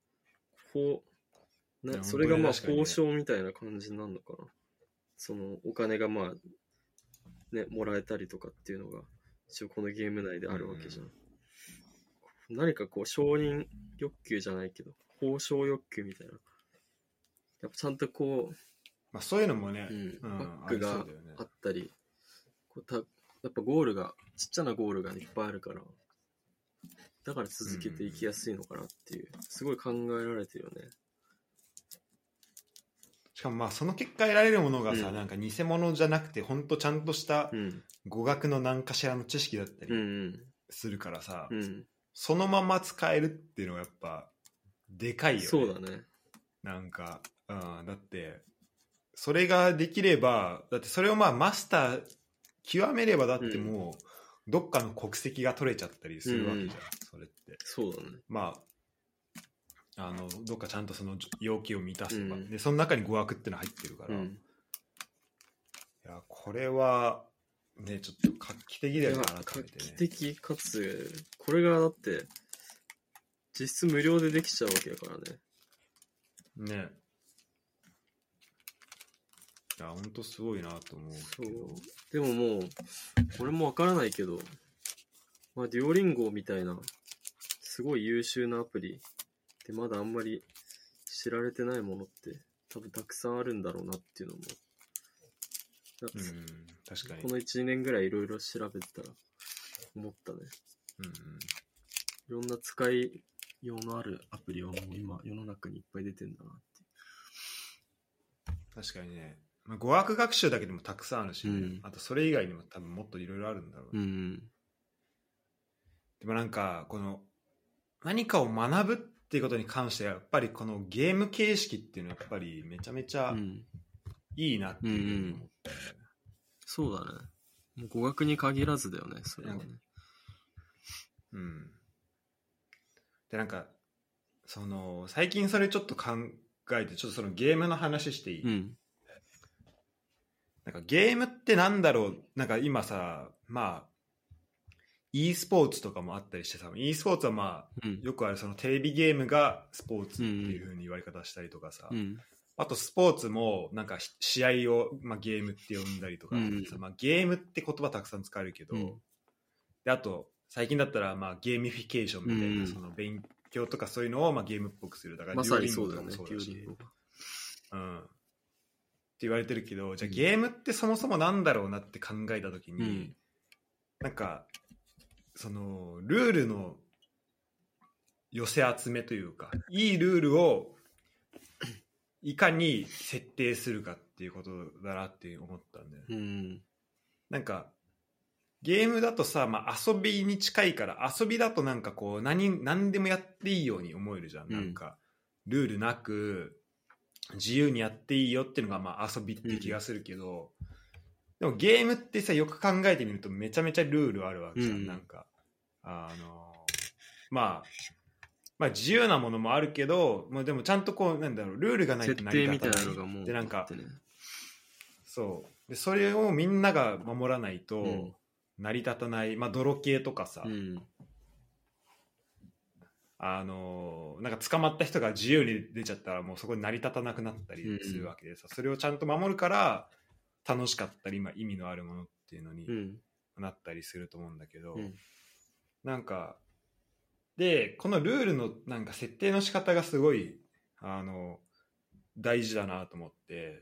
それがまあ報酬みたいな感じになるのかな。そのお金がまあね、もらえたりとかっていうのが一応このゲーム内であるわけじゃん。何かこう承認欲求じゃないけど、報酬欲求みたいな。やっぱちゃんとこう、 まあそういうのもね、 バックがあったり、やっぱゴールが、ちっちゃなゴールがいっぱいあるから、 だから続けていきやすいのかなっていう、すごい考えられてるよね。 しかもまあその結果得られるものがさ、 うんなんか偽物じゃなくて本当ちゃんとしたうん語学の何かしらの知識だったりうんするからさ、 うんそのまま使えるっていうのがやっぱでかいよね。 そうだね。 なんか、だってそれができれば、だってそれをまあマスター極めればだってもうどっかの国籍が取れちゃったりするわけじゃん、それって。 そうだね。 まあどっかちゃんとその要求を満たせば、 うんでその中に語学っての入ってるから、いうんやこれはねちょっと画期的だよね。 画期的かつ、これがだって実質無料でできちゃうわけだからね。 ね。いやほんとすごいなと思うけど。 でももう俺もわからないけど、まあデュオリンゴみたいなすごい優秀なアプリでまだあんまり知られてないものって多分たくさんあるんだろうなっていうのも、 確かにこの 1,2 年ぐらいいろいろ調べてたら思ったね。いろんな使い用のあるアプリはもう今世の中にいっぱい出てんだなって。 確かにね、まあ、語学学習だけでもたくさんあるし、ねあとそれ以外にも多分もっといろいろあるんだろう、でもなんかこの何かを学ぶっていうことに関してはやっぱりこのゲーム形式っていうのはやっぱりめちゃめちゃいいなっていうふうに思った、ねそうだね。もう語学に限らずだよね、それはね。 でなんかその最近それちょっと考えてちょっとそのゲームの話していい？なんかゲームってなんだろう、なんか今さまあe スポーツとかもあったりしてさ、e スポーツはまあ、よくあるそのテレビゲームがスポーツっていう風に言われ方したりとかさ、あとスポーツもなんか試合を、まあ、ゲームって呼んだりとか、まあ、ゲームって言葉たくさん使えるけど、であと最近だったらまあゲーミフィケーションみたいな、その勉強とかそういうのをまあゲームっぽくする、だからデュオリンゴとかもそうだし、って言われてるけど、じゃあゲームってそもそもなんだろうなって考えたときに、なんかそのルールの寄せ集めというか、いいルールをいかに設定するかっていうことだなって思ったんだよね。なんかゲームだとさ、まあ、遊びに近いから、遊びだとなんかこう何でもやっていいように思えるじゃん。なんかルールなく自由にやっていいよっていうのがまあ遊びって気がするけど、でもゲームってさよく考えてみるとめちゃめちゃルールあるわけじゃん。なんかまあ自由なものもあるけど、まあ、でもちゃんとこうなんだろう、ルールがないと成り立たない。設定みたいなのがもうでなんかそうでそれをみんなが守らないと成り立たない、まあ泥系とかさ、なんか捕まった人が自由に出ちゃったらもうそこに成り立たなくなったりするわけでさ、それをちゃんと守るから楽しかったり、まあ、意味のあるものっていうのになったりすると思うんだけど、なんかでこのルールのなんか設定の仕方がすごい大事だなと思って、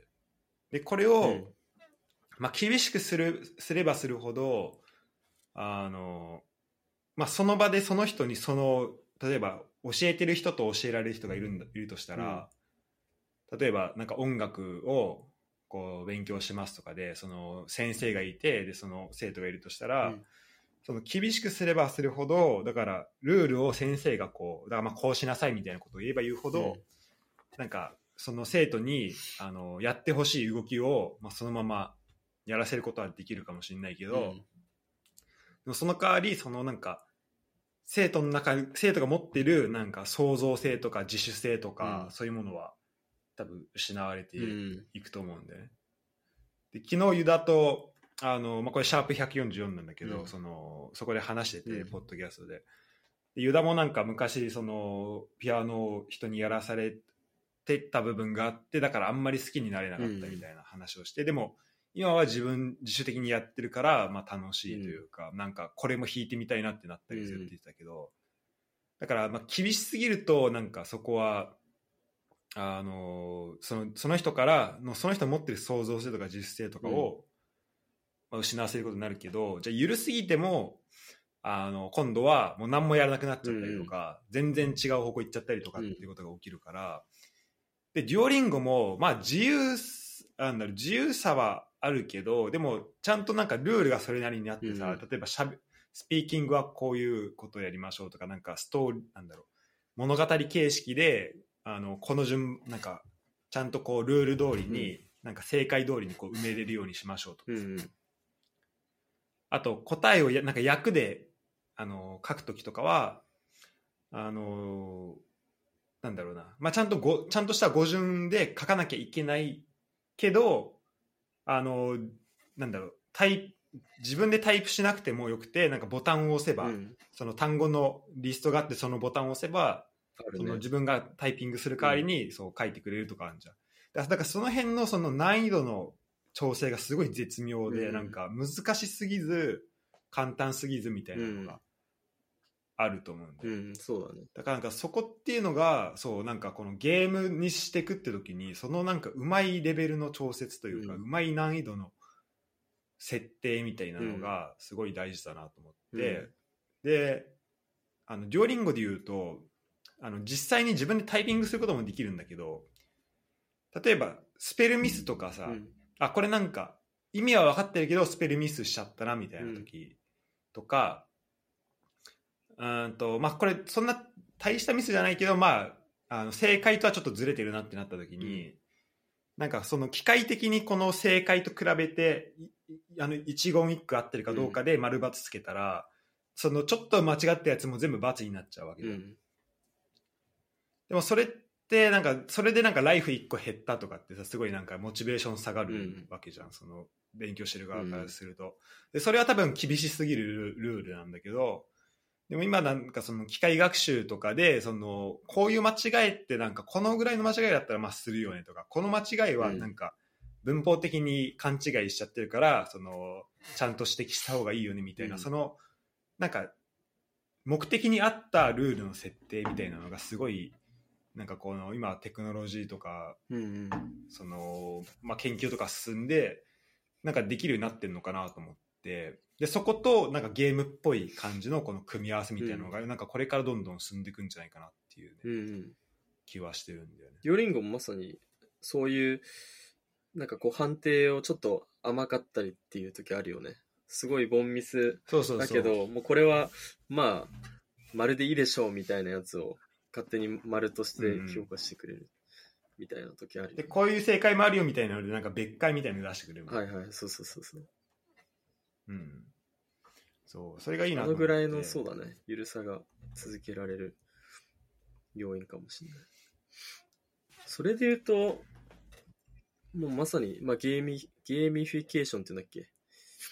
でこれを、まあ、厳しくすればするほどまあ、その場でその人に例えば教えてる人と教えられる人がいるとしたら、例えばなんか音楽をこう勉強しますとかでその先生がいてでその生徒がいるとしたら、その厳しくすればするほどだからルールを先生がこうだからまあこうしなさいみたいなことを言えば言うほど、なんかその生徒にやってほしい動きを、まあ、そのままやらせることはできるかもしれないけど、でもその代わりそのなんか生徒が持っているなんか創造性とか自主性とか、そういうものは多分失われていくと思うんでね。で昨日ユダとまあ、これシャープ144なんだけど、そこで話してて、ポッドキャストでユダもなんか昔そのピアノを人にやらされてた部分があって、だからあんまり好きになれなかったみたいな話をして、でも今は自主的にやってるから、まあ、楽しいというか、なんかこれも弾いてみたいなってなったりするって言ってたけど、だからまあ厳しすぎるとなんかそこはその人からのその人の持ってる創造性とか自主性とかを、まあ、失わせることになるけど、じゃあ緩すぎても今度はもう何もやらなくなっちゃったりとか、全然違う方向行っちゃったりとかっていうことが起きるから、でデュオリンゴもまあ自由さはあるけど、でもちゃんとなんかルールがそれなりにあってさ、例えばスピーキングはこういうことをやりましょうとか、なんかストーリー物語形式でこのなんかちゃんとこうルール通りに、なんか正解通りにこう埋めれるようにしましょうとか、あと答えをなんか訳で書くときとかはなんだろうな、まあ、ちゃんとした語順で書かなきゃいけないけど、なんだろう、自分でタイプしなくてもよくて、なんかボタンを押せば、その単語のリストがあって、そのボタンを押せば、その自分がタイピングする代わりにそう書いてくれるとかあるじゃん。だからその辺のその難易度の調整がすごい絶妙で、なんか難しすぎず簡単すぎずみたいなのがあると思うんで、 そうだね。 だからなんかそこっていうのが、そうなんかこのゲームにしていくって時に、そのなんかうまいレベルの調節というか、うまい難易度の設定みたいなのがすごい大事だなと思って、でデュオリンゴで言うと実際に自分でタイピングすることもできるんだけど、例えばスペルミスとかさ、これなんか意味は分かってるけどスペルミスしちゃったなみたいな時とか、まあこれそんな大したミスじゃないけど、まあ正解とはちょっとずれてるなってなった時に、なんかその機械的にこの正解と比べて一言一句合ってるかどうかで丸×つけたら、そのちょっと間違ったやつも全部×になっちゃうわけで、でもそれってなんかそれでなんかライフ1個減ったとかってさ、すごいなんかモチベーション下がるわけじゃん、その勉強してる側からすると。でそれは多分厳しすぎるルールなんだけど、でも今なんかその機械学習とかでこういう間違いってなんかこのぐらいの間違いだったらまあするよねとか、この間違いはなんか文法的に勘違いしちゃってるからちゃんと指摘した方がいいよねみたいな、なんか目的に合ったルールの設定みたいなのがすごいなんかこの今テクノロジーとか、まあ、研究とか進んでなんかできるようになってるのかなと思って、でそことなんかゲームっぽい感じのこの組み合わせみたいなのがなんかこれからどんどん進んでいくんじゃないかなっていう、ね気はしてるんだよね。 デュオリンゴもまさにそういうなんかこう判定をちょっと甘かったりっていう時あるよね。すごいボンミスだけど、もうこれはまあまるでいいでしょうみたいなやつを勝手に丸として評価してくれるみたいな時あるよね。 でこういう正解もあるよみたいなのでなんか別解みたいなの出してくれる。 そうそう。 そうそれがいいなと思って。ぐらいのそうだね、ゆるさが続けられる要因かもしれない。それで言うともうまさに、まあ、ゲーミフィケーションって言うんだっけ、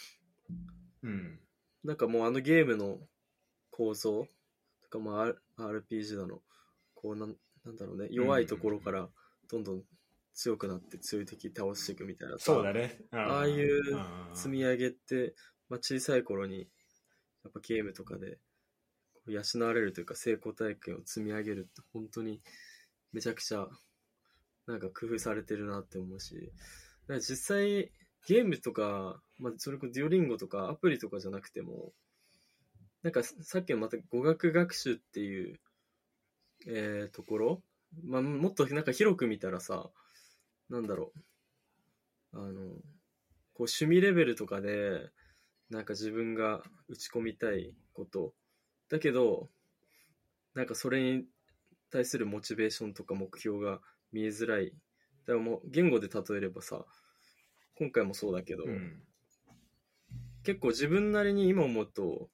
なんかもうゲームの構造とか、まあ、RPG だのこうなんだろうね、弱いところからどんどん強くなって強い敵倒していくみたいなさ、 そうだね、 ああいう積み上げって、まあ、小さい頃にやっぱゲームとかで養われるというか成功体験を積み上げるって本当にめちゃくちゃなんか工夫されてるなって思うし、実際ゲームとか、まあ、それこそデュオリンゴとかアプリとかじゃなくてもなんかさっきのまた語学学習っていう、ところ、まあ、もっとなんか広く見たらさ、なんだろう、こう趣味レベルとかでなんか自分が打ち込みたいことだけどなんかそれに対するモチベーションとか目標が見えづらい。だからもう言語で例えればさ、今回もそうだけど、結構自分なりに今思うと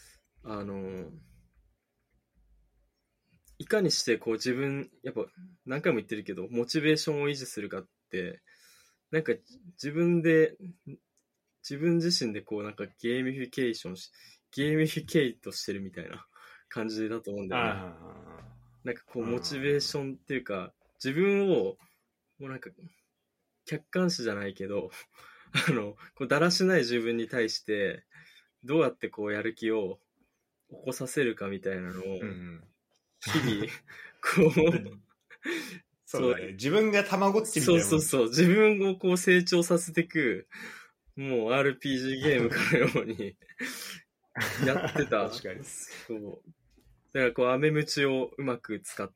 いかにしてこう自分やっぱ何回も言ってるけどモチベーションを維持するかってなんか自分自身でこうなんかゲーミフィケイトしてるみたいな感じだと思うんだよね。なんかこうモチベーションっていうか自分をもうなんか客観視じゃないけどこうだらしない自分に対してどうやってこうやる気を起こさせるかみたいなのを日々こうそうだね、自分がたまごっちみたいな。 そう自分をこう成長させていくもう RPG ゲームかのようにやってた。 確かに。 そう。だからこう、アメムチをうまく使って、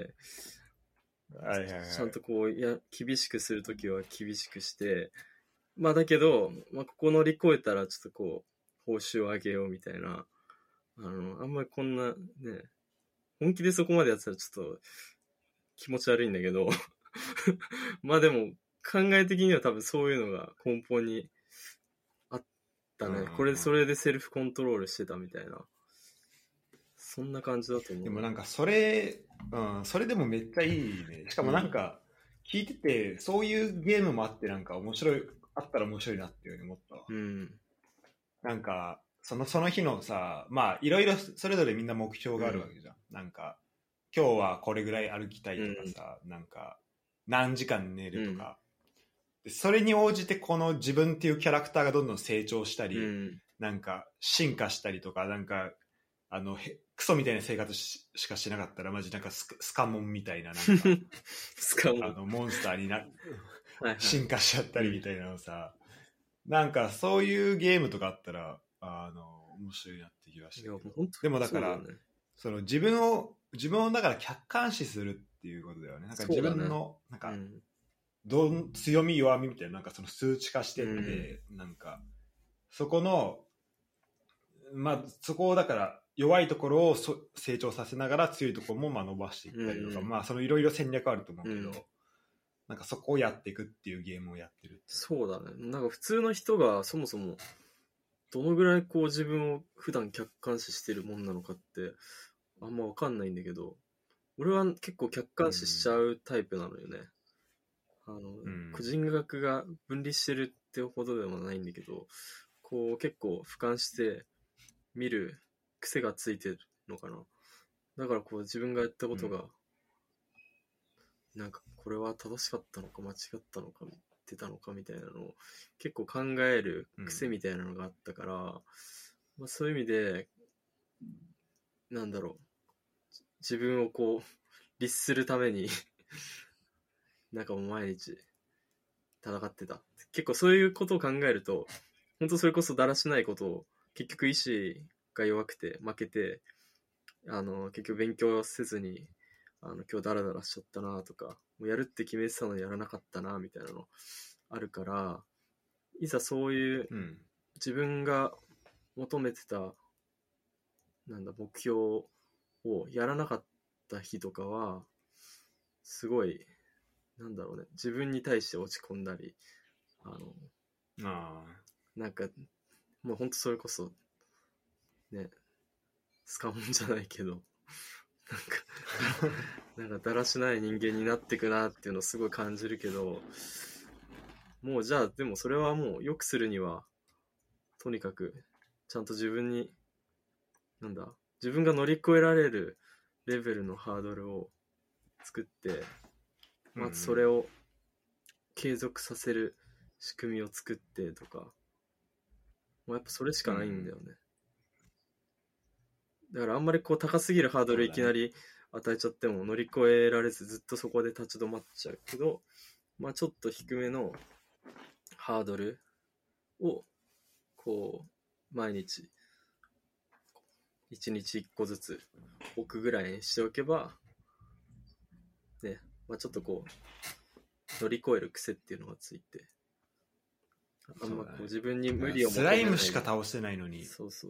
はいはいはい。 ちゃんとこう、厳しくするときは厳しくして、まあだけど、まあここ乗り越えたらちょっとこう、報酬を上げようみたいな、あんまりこんなね、本気でそこまでやってたらちょっと気持ち悪いんだけど、まあでも考え的には多分そういうのが根本にあったね。それでセルフコントロールしてたみたいな。そんな感じだと思う。 でもなんかそれでもめっちゃいいね。しかもなんか聞いてて、そういうゲームもあってなんかあったら面白いなっていうふうに思ったわ。 うん。 なんかその日のさ、まあいろいろそれぞれみんな目標があるわけじゃん。なんか今日はこれぐらい歩きたいとかさ、なんか何時間寝るとか、でそれに応じてこの自分っていうキャラクターがどんどん成長したり、なんか進化したりとか、なんかクソみたいな生活しかしなかったらマジなんかスカモンみたいななんかスカモンモンスターにはいはい進化しちゃったりみたいなのさ、なんかそういうゲームとかあったら面白いなって気がしたけど。でもだからその自分をだから客観視するっていうことだよね。なんか自分のなんか、強み弱みみたいななんかその数値化してって、なんかそこのまあそこをだから弱いところを成長させながら強いところもまあ伸ばしていったりとか、まあそのいろいろ戦略あると思うけど、なんかそこをやっていくっていうゲームをやってる。 そうだね。なんか普通の人がそもそもどのぐらいこう自分を普段客観視してるもんなのかってあんま分かんないんだけど、俺は結構客観視しちゃうタイプなのよね。個人学が分離してるってほどでもないんだけど、こう結構俯瞰して見る癖がついてるのかな。だからこう自分がやったことが、なんかこれは正しかったのか間違ったのか出たのかみたいなのを結構考える癖みたいなのがあったから、まあ、そういう意味でなんだろう、自分をこう律するためになんかもう毎日戦ってた。結構そういうことを考えると、本当それこそだらしないことを、結局意志が弱くて負けて、結局勉強せずに、今日ダラダラしちゃったなとか、もうやるって決めてたのにやらなかったなみたいなのあるから、いざそういう自分が求めてた目標をやらなかった日とかはすごい自分に対して落ち込んだりなんかもうほんとそれこそねスカモンじゃないけどなんかだらしない人間になってくなっていうのをすごい感じるけど、もうじゃあでもそれはもう良くするにはとにかくちゃんと自分に自分が乗り越えられるレベルのハードルを作って、まずそれを継続させる仕組みを作ってとか、もうやっぱそれしかないんだよね。だからあんまりこう高すぎるハードルいきなり与えちゃっても乗り越えられずずっとそこで立ち止まっちゃうけど、まあちょっと低めのハードルをこう毎日1日1個ずつ置くぐらいにしておけばね、まあちょっとこう乗り越える癖っていうのがついて、あんまこう自分に無理を求めない。 スライムしか倒せないのに。 そうそう。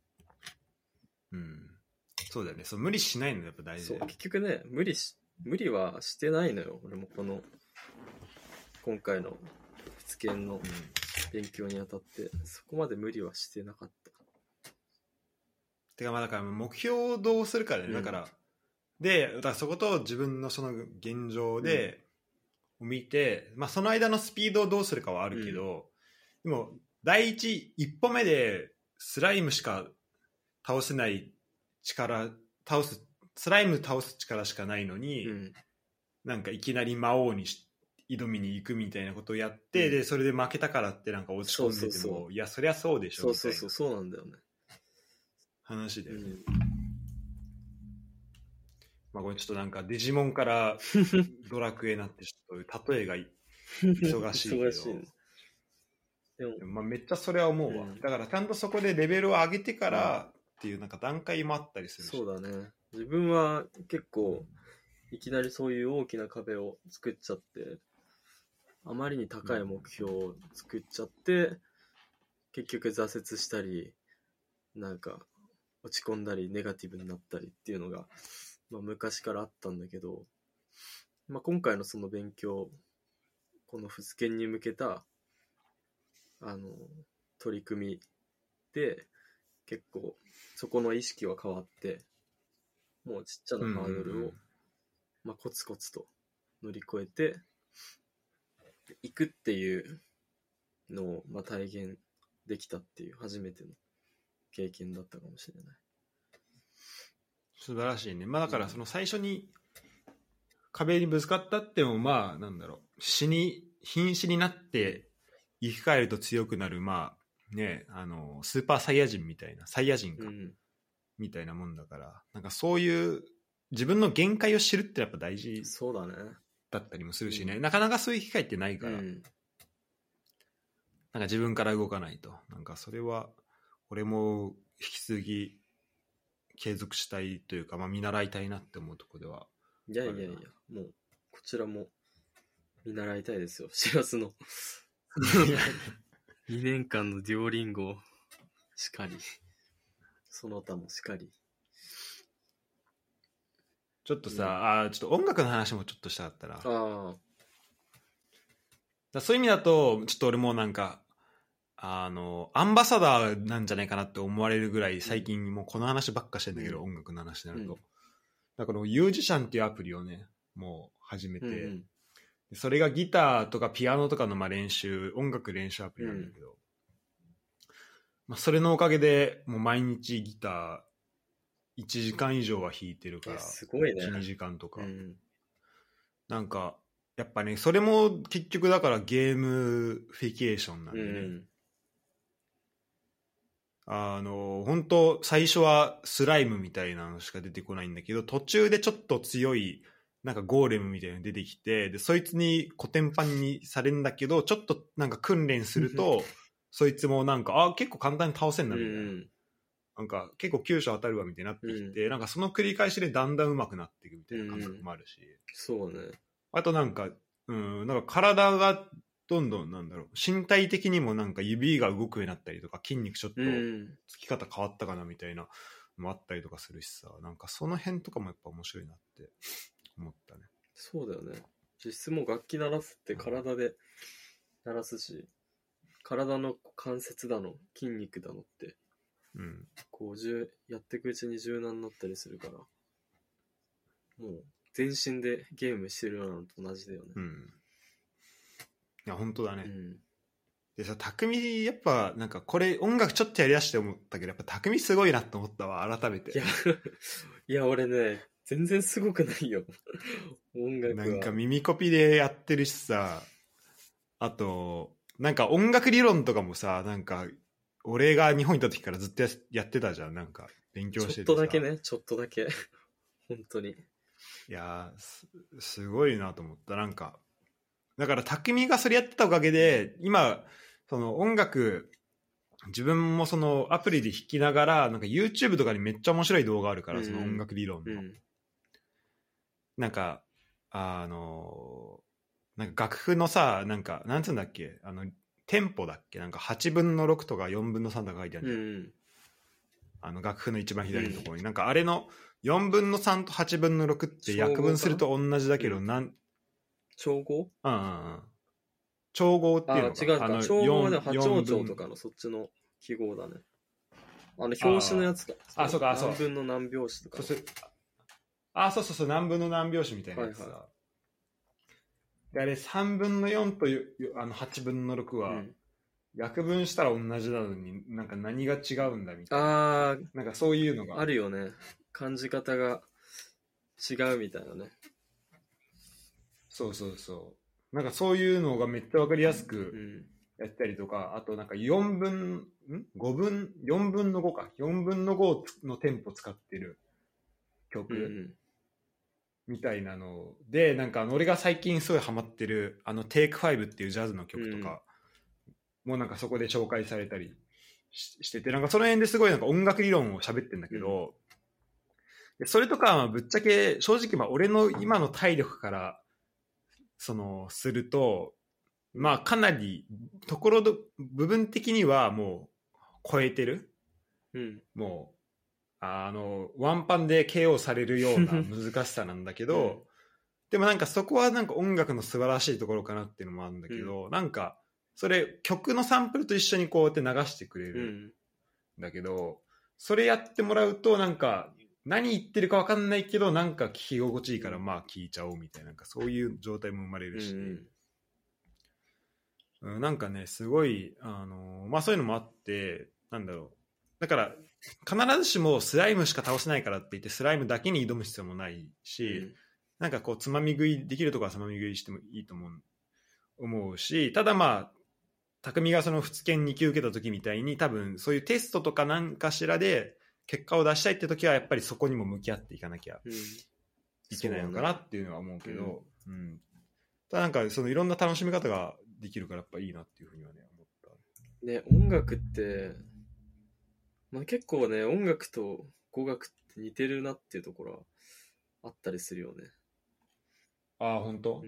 そうだよね。そう無理しないのやっぱ大事だよ。 そう結局ね無理はしてないのよ。俺も今回の仏研の勉強にあたって、そこまで無理はしてなかった。 てかまあだから目標をどうするかね。だからだからそこと自分のその現状で見て、まあその間のスピードをどうするかはあるけど、でも第一歩目でスライムしか倒せないスライム倒す力しかないのに、なんかいきなり魔王に挑みに行くみたいなことをやって、でそれで負けたからってなんか落ち込んでても、いやそりゃそうでしょみたいなそうなんだよね話で、まあこれちょっとなんかデジモンからドラクエになってちょっと例えが忙しいけど忙しい、ね、 でも、 まあ、めっちゃそれは思うわ、だからちゃんとそこでレベルを上げてからっていうなんか段階もあったりするし。 そうだね。自分は結構いきなりそういう大きな壁を作っちゃって、あまりに高い目標を作っちゃって、結局挫折したり、なんか落ち込んだりネガティブになったりっていうのが、まあ、昔からあったんだけど、まあ、今回のその勉強、このフスケンに向けた取り組みで結構そこの意識は変わって、もうちっちゃなハードルを、まあ、コツコツと乗り越えていくっていうのを、まあ、体現できたっていう初めての経験だったかもしれない。 素晴らしいね。まあだからその最初に壁にぶつかったっても、まあなんだろう、瀕死になって生き返ると強くなる、まあね、スーパーサイヤ人みたいな、サイヤ人か、みたいなもんだから、なんかそういう自分の限界を知るってやっぱ大事そうだね。 だったりもするしね、なかなかそういう機会ってないから、なんか自分から動かないと、なんかそれは俺も引き続き継続したいというか、まあ、見習いたいなって思うところでは。 いやいやいや、もうこちらも見習いたいですよ。4月の2年間のデュオリンゴしかり、その他もしかり。 ちょっとさ、ちょっと音楽の話もちょっとしたかったな。そういう意味だとちょっと俺もなんかアンバサダーなんじゃないかなって思われるぐらい最近もうこの話ばっかしてんだけど、音楽の話になると、だからミュージシャンっていうアプリをねもう始めて、それがギターとかピアノとかのまあ音楽練習アプリなんだけど、まあ、それのおかげでもう毎日ギター1時間以上は弾いてるから、 すごいね、 1、2時間とか、なんかやっぱねそれも結局だからゲームフィケーションなんでね、本当最初はスライムみたいなのしか出てこないんだけど、途中でちょっと強いなんかゴーレムみたいなの出てきて、でそいつにコテンパンにされるんだけど、ちょっとなんか訓練するとそいつもなんか結構簡単に倒せんなみたいな、なんか結構急所当たるわみたいになってきて、なんかその繰り返しでだんだん上手くなっていくみたいな感覚もあるし、 そうね。あとなんか体がどんどんなんだろう、身体的にもなんか指が動くようになったりとか、筋肉ちょっとつき方変わったかなみたいなのもあったりとかするしさ、なんかその辺とかもやっぱ面白いなって思ったね。 そうだよね。実質も楽器鳴らすって体で鳴らすし、体の関節だの筋肉だのって、こうやっていくうちに柔軟になったりするから、もう全身でゲームしてるようなのと同じだよね。 いや本当だね、でさ、匠やっぱなんかこれ音楽ちょっとやりだして思ったけど、やっぱ匠すごいなと思ったわ、改めて。 いや俺ね全然すごくないよ音楽は。 なんか耳コピでやってるしさ、あとなんか音楽理論とかもさ、なんか俺が日本にいた時からずっとやってたじゃん、なんか勉強しててさ。 ちょっとだけね、ちょっとだけ本当に。 いや すごいなと思った。なんかだから匠がそれやってたおかげで今その音楽自分もそのアプリで弾きながらなんか YouTube とかにめっちゃ面白い動画あるから、その音楽理論の、なんかなんか楽譜のさ、なんかなんつうんだっけ、テンポだっけ、なんか8分の6とか4分の3とか書いてあるじゃん、楽譜の一番左のところに、なんかあれの4分の3と8分の6って約分すると同じだけど、 調合？ 調合っていうのか。 違うか。調合はね、八王朝とかのそっちの記号だね。表紙のやつか。 そうか、 何分の何拍子とか。 そう、何分の何拍子みたいなやつさ。であれ3分の4と8分の6は、約分したら同じなのになんか何が違うんだみたいな。なんかそういうのがあるよね。感じ方が違うみたいなね。 そうなんかそういうのがめっちゃ分かりやすくやったりとか、あとなんか4分の5か、4分の5のテンポ使ってる曲、みたいなので、なんか俺が最近すごいハマってるTake 5っていうジャズの曲とかもうなんかそこで紹介されたりしてて、なんかその辺ですごいなんか音楽理論を喋ってんだけど、でそれとかはぶっちゃけ正直まあ俺の今の体力からそのすると、まあかなりところど部分的にはもう超えてる、もうワンパンで KO されるような難しさなんだけど、でもなんかそこはなんか音楽の素晴らしいところかなっていうのもあるんだけど、なんかそれ曲のサンプルと一緒にこうやって流してくれるんだけど、それやってもらうとなんか何言ってるか分かんないけどなんか聞き心地いいからまあ聞いちゃおうみたいな、なんかそういう状態も生まれるし、なんかねすごいまあそういうのもあって、なんだろう、だから必ずしもスライムしか倒せないからって言ってスライムだけに挑む必要もないし、なんかこうつまみ食いできるところはつまみ食いしてもいいと思うし、ただまあ匠がその仏剣2級受けた時みたいに多分そういうテストとか何かしらで結果を出したいって時はやっぱりそこにも向き合っていかなきゃいけないのかなっていうのは思うけど、ただなんかそのいろんな楽しみ方ができるからやっぱいいなっていうふうにはね思ったね。音楽って、まあ、結構ね音楽と語学って似てるなっていうところはあったりするよね。 ああ本当？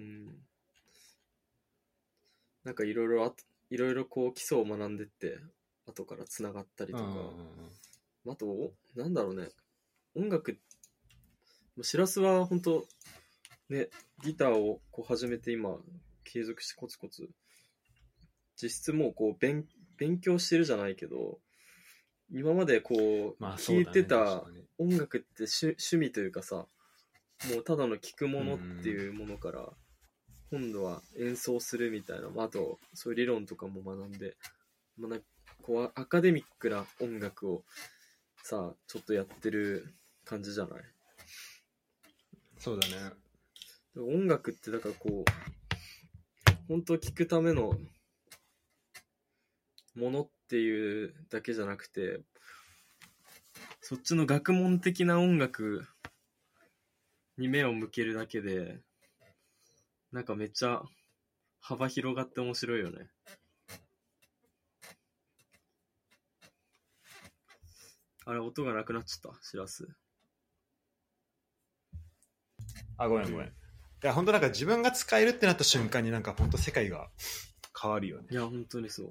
なんかいろいろこう基礎を学んでって後からつながったりとか、あとなんだろうね、音楽しらすは本当ねギターをこう始めて今継続してコツコツ実質もうこう勉強してるじゃないけど、今までこう聴いてた音楽って趣味というかさ、もうただの聴くものっていうものから今度は演奏するみたいな、あとそういう理論とかも学んで、なんかこうアカデミックな音楽をさちょっとやってる感じじゃない？ そうだね。 音楽ってだからこう本当聴くためのものっていうだけじゃなくて、そっちの学問的な音楽に目を向けるだけでなんかめっちゃ幅広がって面白いよね。あれ音がなくなっちゃった、しらす。 あ、ごめん。いや本当なんか自分が使えるってなった瞬間になんか本当世界が変わるよね。 いや本当にそう。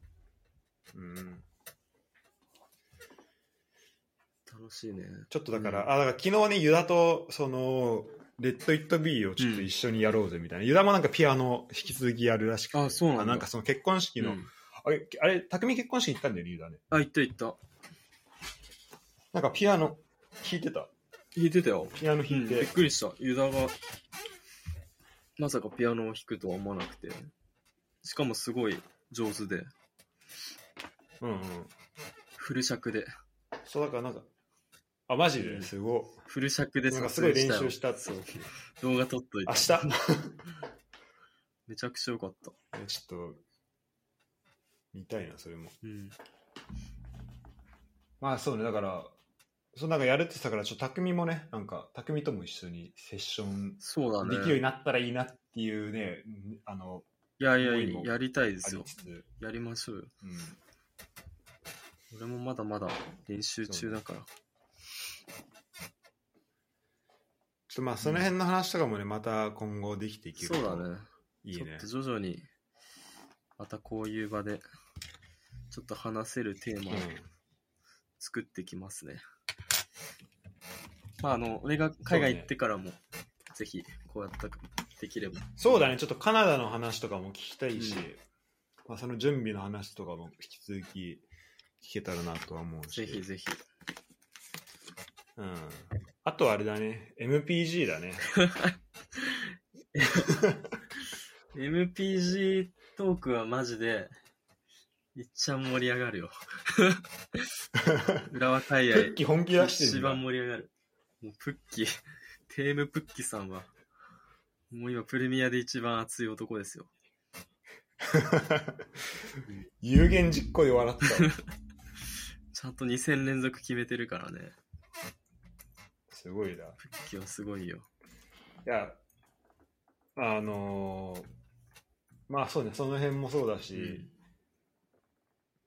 楽しいね。 ちょっとだから、だから昨日ねユダとそのレッド・イット・ビーをちょっと一緒にやろうぜみたいな、ユダもなんかピアノ引き続きやるらしくて、 そうなんだ。 なんかその結婚式の、あれ匠結婚式行ったんだよねユダね。 行った。 なんかピアノ弾いてたよ。ピアノ弾いて、 びっくりした。ユダがまさかピアノを弾くとは思わなくて、しかもすごい上手で、フル尺で。 そうだからなんかマジですごい、 フル尺でなんかすごい練習したって。 動画撮っといて。 明日めちゃくちゃ良かった。 ちょっと見たいなそれも。まあそうね、だからなんかやるって言ってたから、ちょっと匠もね、なんか匠とも一緒にセッションできるようになったらいいなっていうね、 いややりたいですよ。やりましょうよ。俺もまだまだ練習中だから。 ちょっとまあその辺の話とかもね、また今後できていけるとそうだね。 いいね。 ちょっと徐々にまたこういう場でちょっと話せるテーマを作ってきますね。まあ俺が海外行ってからも、ぜひこうやったできれば。 そうだね、ちょっとカナダの話とかも聞きたいし、まあ、その準備の話とかも引き続き聞けたらなとは思うし。 ぜひぜひ。 あとはあれだね、MPG だね。 MPG トークはマジでいっちゃん盛り上がるよ。浦和海外プッキ本気出してるんだ。 一番盛り上がる。もうプッキテームプッキさんはもう今プレミアで一番熱い男ですよ。 有言実行で笑ったちゃんと2戦連続決めてるからね。 すごいな。 プッキはすごいよ。 いやまあそうね、その辺もそうだし、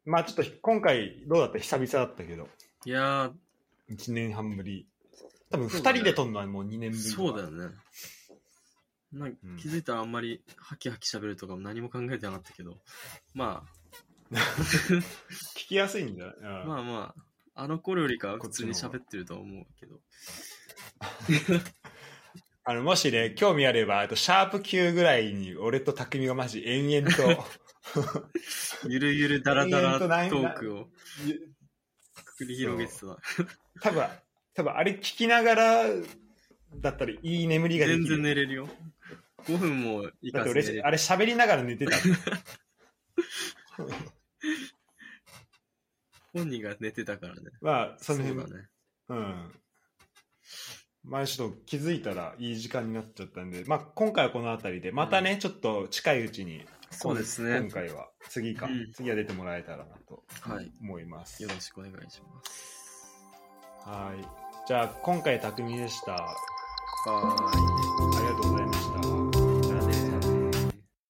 まあちょっと今回どうだった？久々だったけど。 いやー、1年半ぶり。多分2人で撮るのはもう2年ぶり。 そうだよね。なんか気づいたらあんまりハキハキ喋るとかも何も考えてなかったけど、まあ。 聞きやすいんだよ。 まあまあ、あの頃よりかは普通に喋ってるとは思うけど。 もしね、興味あれば、シャープ9ぐらいに俺と匠がマジ延々とゆるゆるだらだらトークを繰り広げてた。 多分あれ聞きながらだったらいい眠りができる。 全然寝れるよ。5分もいかず寝れる。 だって俺あれ喋りながら寝てた。 本人が寝てたからね。 まあその辺そうだね。 うん。まあちょっと気づいたらいい時間になっちゃったんで、まあ今回はこの辺りで、またね、ちょっと近いうちに、 そうですね。 今回は次は出てもらえたらなと思います。 よろしくお願いします。 はい。じゃあ今回匠でした。 はーい。 ありがとうございます。